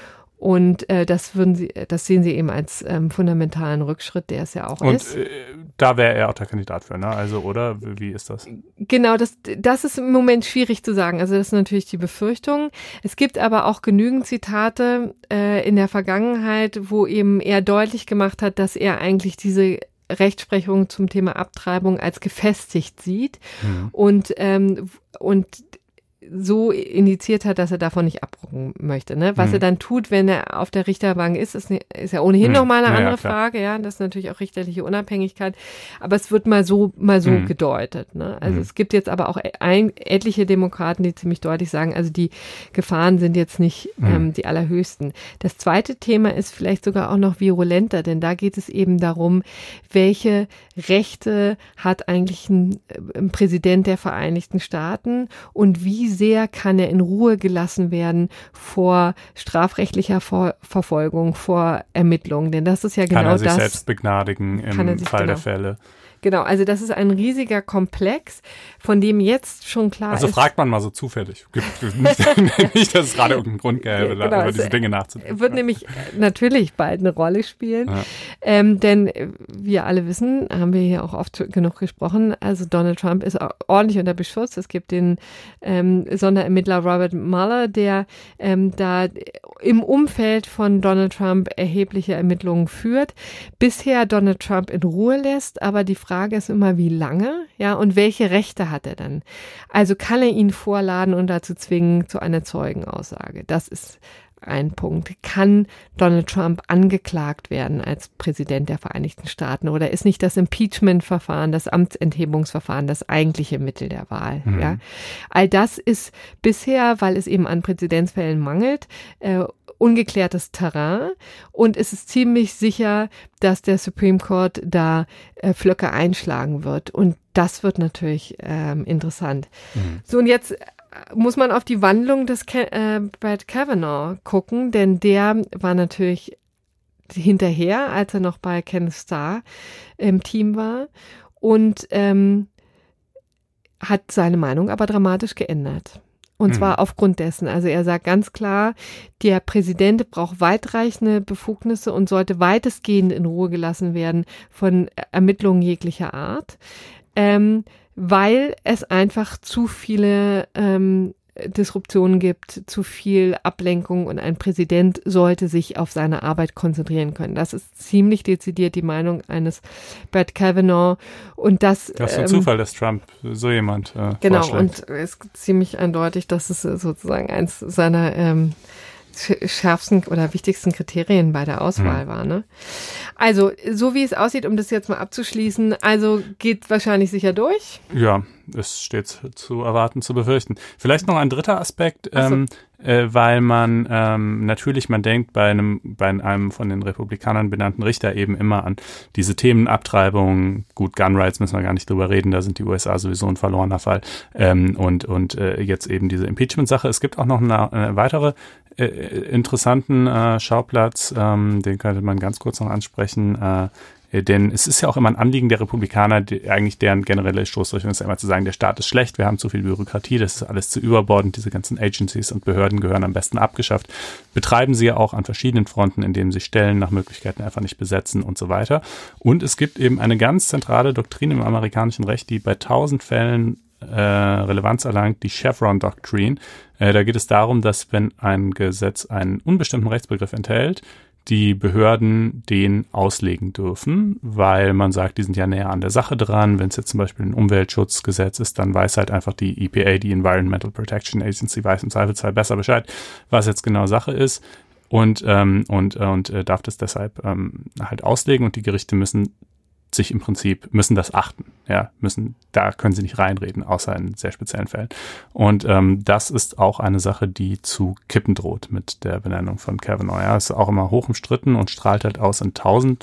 Und äh, das würden sie, das sehen sie eben als ähm, fundamentalen Rückschritt, der es ja auch und, ist. Und äh, da wäre er auch der Kandidat für, ne? Also, oder? Wie ist das? Genau, das, das ist im Moment schwierig zu sagen. Also das ist natürlich die Befürchtung. Es gibt aber auch genügend Zitate äh, in der Vergangenheit, wo eben er deutlich gemacht hat, dass er eigentlich diese Rechtsprechung zum Thema Abtreibung als gefestigt sieht mhm. und ähm, und so indiziert hat, dass er davon nicht abrücken möchte. Ne? Was mhm. er dann tut, wenn er auf der Richterbank ist, ist, ist ja ohnehin mhm. nochmal eine ja, andere ja, Frage. Ja, das ist natürlich auch richterliche Unabhängigkeit. Aber es wird mal so mal so mhm. gedeutet. Ne? Also mhm. es gibt jetzt aber auch ein, etliche Demokraten, die ziemlich deutlich sagen, also die Gefahren sind jetzt nicht mhm. ähm, die allerhöchsten. Das zweite Thema ist vielleicht sogar auch noch virulenter, denn da geht es eben darum, welche Rechte hat eigentlich ein, ein Präsident der Vereinigten Staaten und wie sehr kann er in Ruhe gelassen werden vor strafrechtlicher Vor- Verfolgung, vor Ermittlungen. Denn das ist ja genau das. Kann er sich das, selbst begnadigen im Fall genau. der Fälle. Genau, also das ist ein riesiger Komplex, von dem jetzt schon klar also ist. Also fragt man mal so zufällig. Nicht, nicht, dass es gerade irgendeinen Grund gäbe, genau, über diese Dinge nachzudenken. Wird nämlich natürlich bald eine Rolle spielen. Ja. Ähm, denn wir alle wissen, haben wir hier auch oft genug gesprochen, also Donald Trump ist ordentlich unter Beschuss. Es gibt den ähm, Sonderermittler Robert Mueller, der ähm, da im Umfeld von Donald Trump erhebliche Ermittlungen führt. Bisher Donald Trump in Ruhe lässt, aber die Frage ist immer, wie lange, ja, und welche Rechte hat er dann? Also kann er ihn vorladen und dazu zwingen zu einer Zeugenaussage? Das ist ein Punkt. Kann Donald Trump angeklagt werden als Präsident der Vereinigten Staaten oder ist nicht das Impeachment-Verfahren, das Amtsenthebungsverfahren das eigentliche Mittel der Wahl? Mhm. Ja, all das ist bisher, weil es eben an Präzedenzfällen mangelt, äh, ungeklärtes Terrain und es ist ziemlich sicher, dass der Supreme Court da äh, Flöcke einschlagen wird und das wird natürlich ähm, interessant. Mhm. So und jetzt muss man auf die Wandlung des Ke- äh, Brett Kavanaugh gucken, denn der war natürlich hinterher, als er noch bei Ken Starr im Team war und ähm, hat seine Meinung aber dramatisch geändert. Und zwar mhm. aufgrund dessen. Also er sagt ganz klar, der Präsident braucht weitreichende Befugnisse und sollte weitestgehend in Ruhe gelassen werden von Ermittlungen jeglicher Art, ähm, weil es einfach zu viele ähm, Disruptionen gibt, zu viel Ablenkung und ein Präsident sollte sich auf seine Arbeit konzentrieren können. Das ist ziemlich dezidiert die Meinung eines Brett Kavanaugh und das Das ist ein ähm, Zufall, dass Trump so jemand äh, genau vorschlägt. Und es ist ziemlich eindeutig, dass es sozusagen eins seiner ähm, schärfsten oder wichtigsten Kriterien bei der Auswahl hm. war. Ne? Also, so wie es aussieht, um das jetzt mal abzuschließen, also geht wahrscheinlich sicher durch. Ja, es steht zu erwarten, zu befürchten. Vielleicht noch ein dritter Aspekt, ähm, so. äh, weil man ähm, natürlich, man denkt bei einem, bei einem von den Republikanern benannten Richter eben immer an diese Themen Abtreibung, gut, Gun Rights müssen wir gar nicht drüber reden, da sind die U S A sowieso ein verlorener Fall ähm, und, und äh, jetzt eben diese Impeachment-Sache. Es gibt auch noch eine, eine weitere äh, interessanten äh, Schauplatz, ähm, den könnte man ganz kurz noch ansprechen, äh, denn es ist ja auch immer ein Anliegen der Republikaner, die, eigentlich deren generelle Stoßrichtung ist ja immer zu sagen, der Staat ist schlecht, wir haben zu viel Bürokratie, das ist alles zu überbordend, diese ganzen Agencies und Behörden gehören am besten abgeschafft. Betreiben sie ja auch an verschiedenen Fronten, indem sie Stellen nach Möglichkeiten einfach nicht besetzen und so weiter. Und es gibt eben eine ganz zentrale Doktrin im amerikanischen Recht, die bei tausend Fällen äh, Relevanz erlangt, die Chevron-Doktrin. Äh, da geht es darum, dass wenn ein Gesetz einen unbestimmten Rechtsbegriff enthält, die Behörden den auslegen dürfen, weil man sagt, die sind ja näher an der Sache dran. Wenn es jetzt zum Beispiel ein Umweltschutzgesetz ist, dann weiß halt einfach die E P A, die Environmental Protection Agency, weiß im Zweifelsfall besser Bescheid, was jetzt genau Sache ist und, ähm, und, und äh, darf das deshalb ähm, halt auslegen und die Gerichte müssen sich im Prinzip, müssen das achten, ja, müssen, da können sie nicht reinreden, außer in sehr speziellen Fällen. Und ähm, das ist auch eine Sache, die zu kippen droht mit der Benennung von Kavanaugh. Ja, ist auch immer hoch umstritten und strahlt halt aus in tausend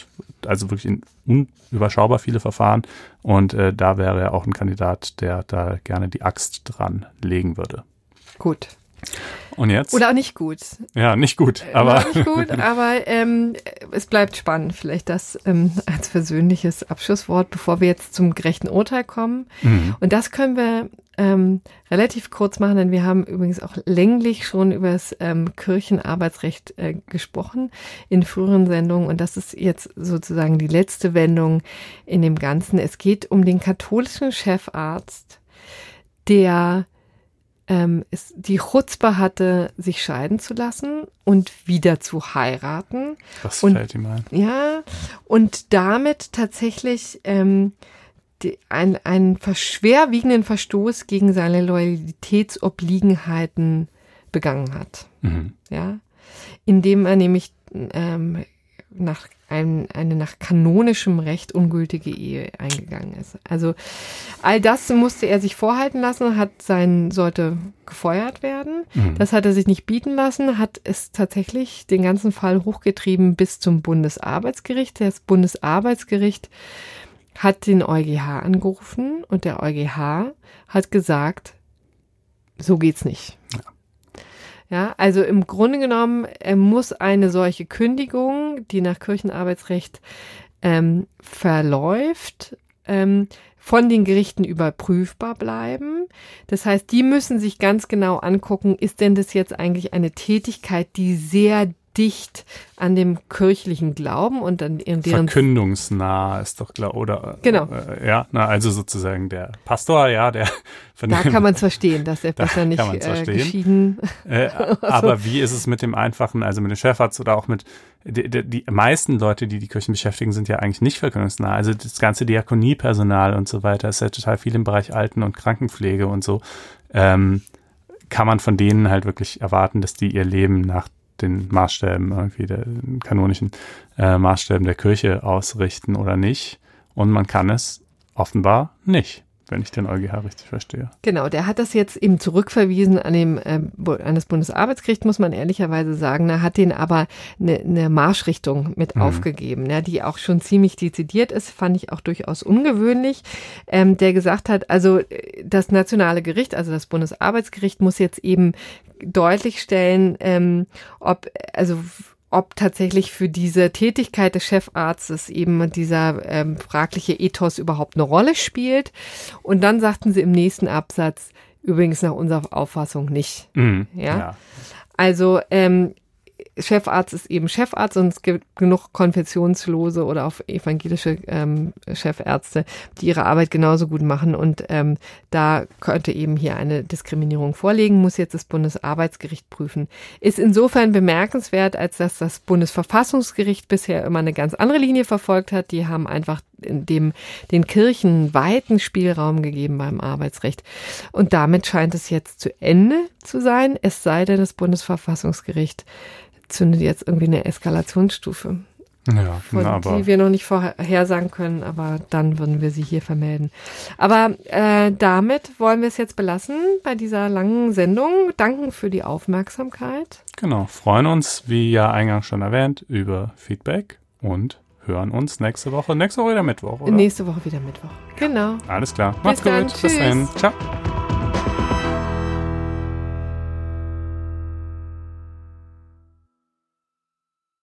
oft, also wirklich in unüberschaubar viele Verfahren. Und äh, da wäre er auch ein Kandidat, der da gerne die Axt dran legen würde. Gut. Und jetzt? Oder auch nicht gut. Ja, nicht gut. Aber Oder nicht gut, aber ähm, es bleibt spannend. Vielleicht das ähm, als persönliches Abschlusswort, bevor wir jetzt zum gerechten Urteil kommen. Mhm. Und das können wir ähm, relativ kurz machen, denn wir haben übrigens auch länglich schon über das ähm, Kirchenarbeitsrecht äh, gesprochen in früheren Sendungen. Und das ist jetzt sozusagen die letzte Wendung in dem Ganzen. Es geht um den katholischen Chefarzt, der Ähm, es die Chutzpe hatte, sich scheiden zu lassen und wieder zu heiraten. Was und, fällt ihm ein? Ja, und damit tatsächlich ähm, die, ein, einen schwerwiegenden Verstoß gegen seine Loyalitätsobliegenheiten begangen hat. Mhm. Ja, indem er nämlich ähm, nach ein, eine nach kanonischem Recht ungültige Ehe eingegangen ist. Also all das musste er sich vorhalten lassen, hat sein, sollte gefeuert werden. Mhm. Das hat er sich nicht bieten lassen, hat es tatsächlich den ganzen Fall hochgetrieben bis zum Bundesarbeitsgericht. Das Bundesarbeitsgericht hat den EuGH angerufen und der EuGH hat gesagt, so geht's nicht. Ja. Ja, also im Grunde genommen äh, muss eine solche Kündigung, die nach Kirchenarbeitsrecht ähm, verläuft, ähm, von den Gerichten überprüfbar bleiben. Das heißt, die müssen sich ganz genau angucken, ist denn das jetzt eigentlich eine Tätigkeit, die sehr dicht an dem kirchlichen Glauben und an deren verkündungsnah ist doch klar, oder? Genau. Äh, ja, na, also sozusagen der Pastor, ja, der. Von da dem, kann man es verstehen, dass der Pastor nicht äh, geschieden. Äh, aber wie ist es mit dem einfachen, also mit dem Chefarzt oder auch mit die, die, die meisten Leute, die die Kirchen beschäftigen, sind ja eigentlich nicht verkündungsnah. Also das ganze Diakoniepersonal und so weiter ist ja total viel im Bereich Alten- und Krankenpflege und so. Ähm, kann man von denen halt wirklich erwarten, dass die ihr Leben nach den Maßstäben, irgendwie der kanonischen äh, Maßstäben der Kirche ausrichten oder nicht. Und man kann es offenbar nicht, wenn ich den EuGH richtig verstehe. Genau, der hat das jetzt eben zurückverwiesen an, dem, äh, an das Bundesarbeitsgericht, muss man ehrlicherweise sagen. Er hat den aber eine, eine Marschrichtung mit mhm. aufgegeben, ne, die auch schon ziemlich dezidiert ist, fand ich auch durchaus ungewöhnlich, ähm, der gesagt hat, also das nationale Gericht, also das Bundesarbeitsgericht muss jetzt eben deutlich stellen, ähm, ob, also ob tatsächlich für diese Tätigkeit des Chefarztes eben dieser ähm, fragliche Ethos überhaupt eine Rolle spielt. Und dann sagten sie im nächsten Absatz, übrigens nach unserer Auffassung nicht. Mhm, ja? ja. Also ähm, Chefarzt ist eben Chefarzt und es gibt genug konfessionslose oder auch evangelische ähm, Chefärzte, die ihre Arbeit genauso gut machen und ähm, da könnte eben hier eine Diskriminierung vorliegen, muss jetzt das Bundesarbeitsgericht prüfen. Ist insofern bemerkenswert, als dass das Bundesverfassungsgericht bisher immer eine ganz andere Linie verfolgt hat. Die haben einfach dem, den Kirchen weiten Spielraum gegeben beim Arbeitsrecht. Und damit scheint es jetzt zu Ende zu sein, es sei denn, das Bundesverfassungsgericht zündet jetzt irgendwie eine Eskalationsstufe, ja, von na, aber die wir noch nicht vorhersagen können, aber dann würden wir sie hier vermelden. Aber äh, damit wollen wir es jetzt belassen bei dieser langen Sendung. Danken für die Aufmerksamkeit. Genau, freuen uns, wie ja eingangs schon erwähnt, über Feedback und hören uns nächste Woche. Nächste Woche wieder Mittwoch, oder? Nächste Woche wieder Mittwoch, genau. Alles klar, macht's Bis dann. gut, bis dahin, ciao.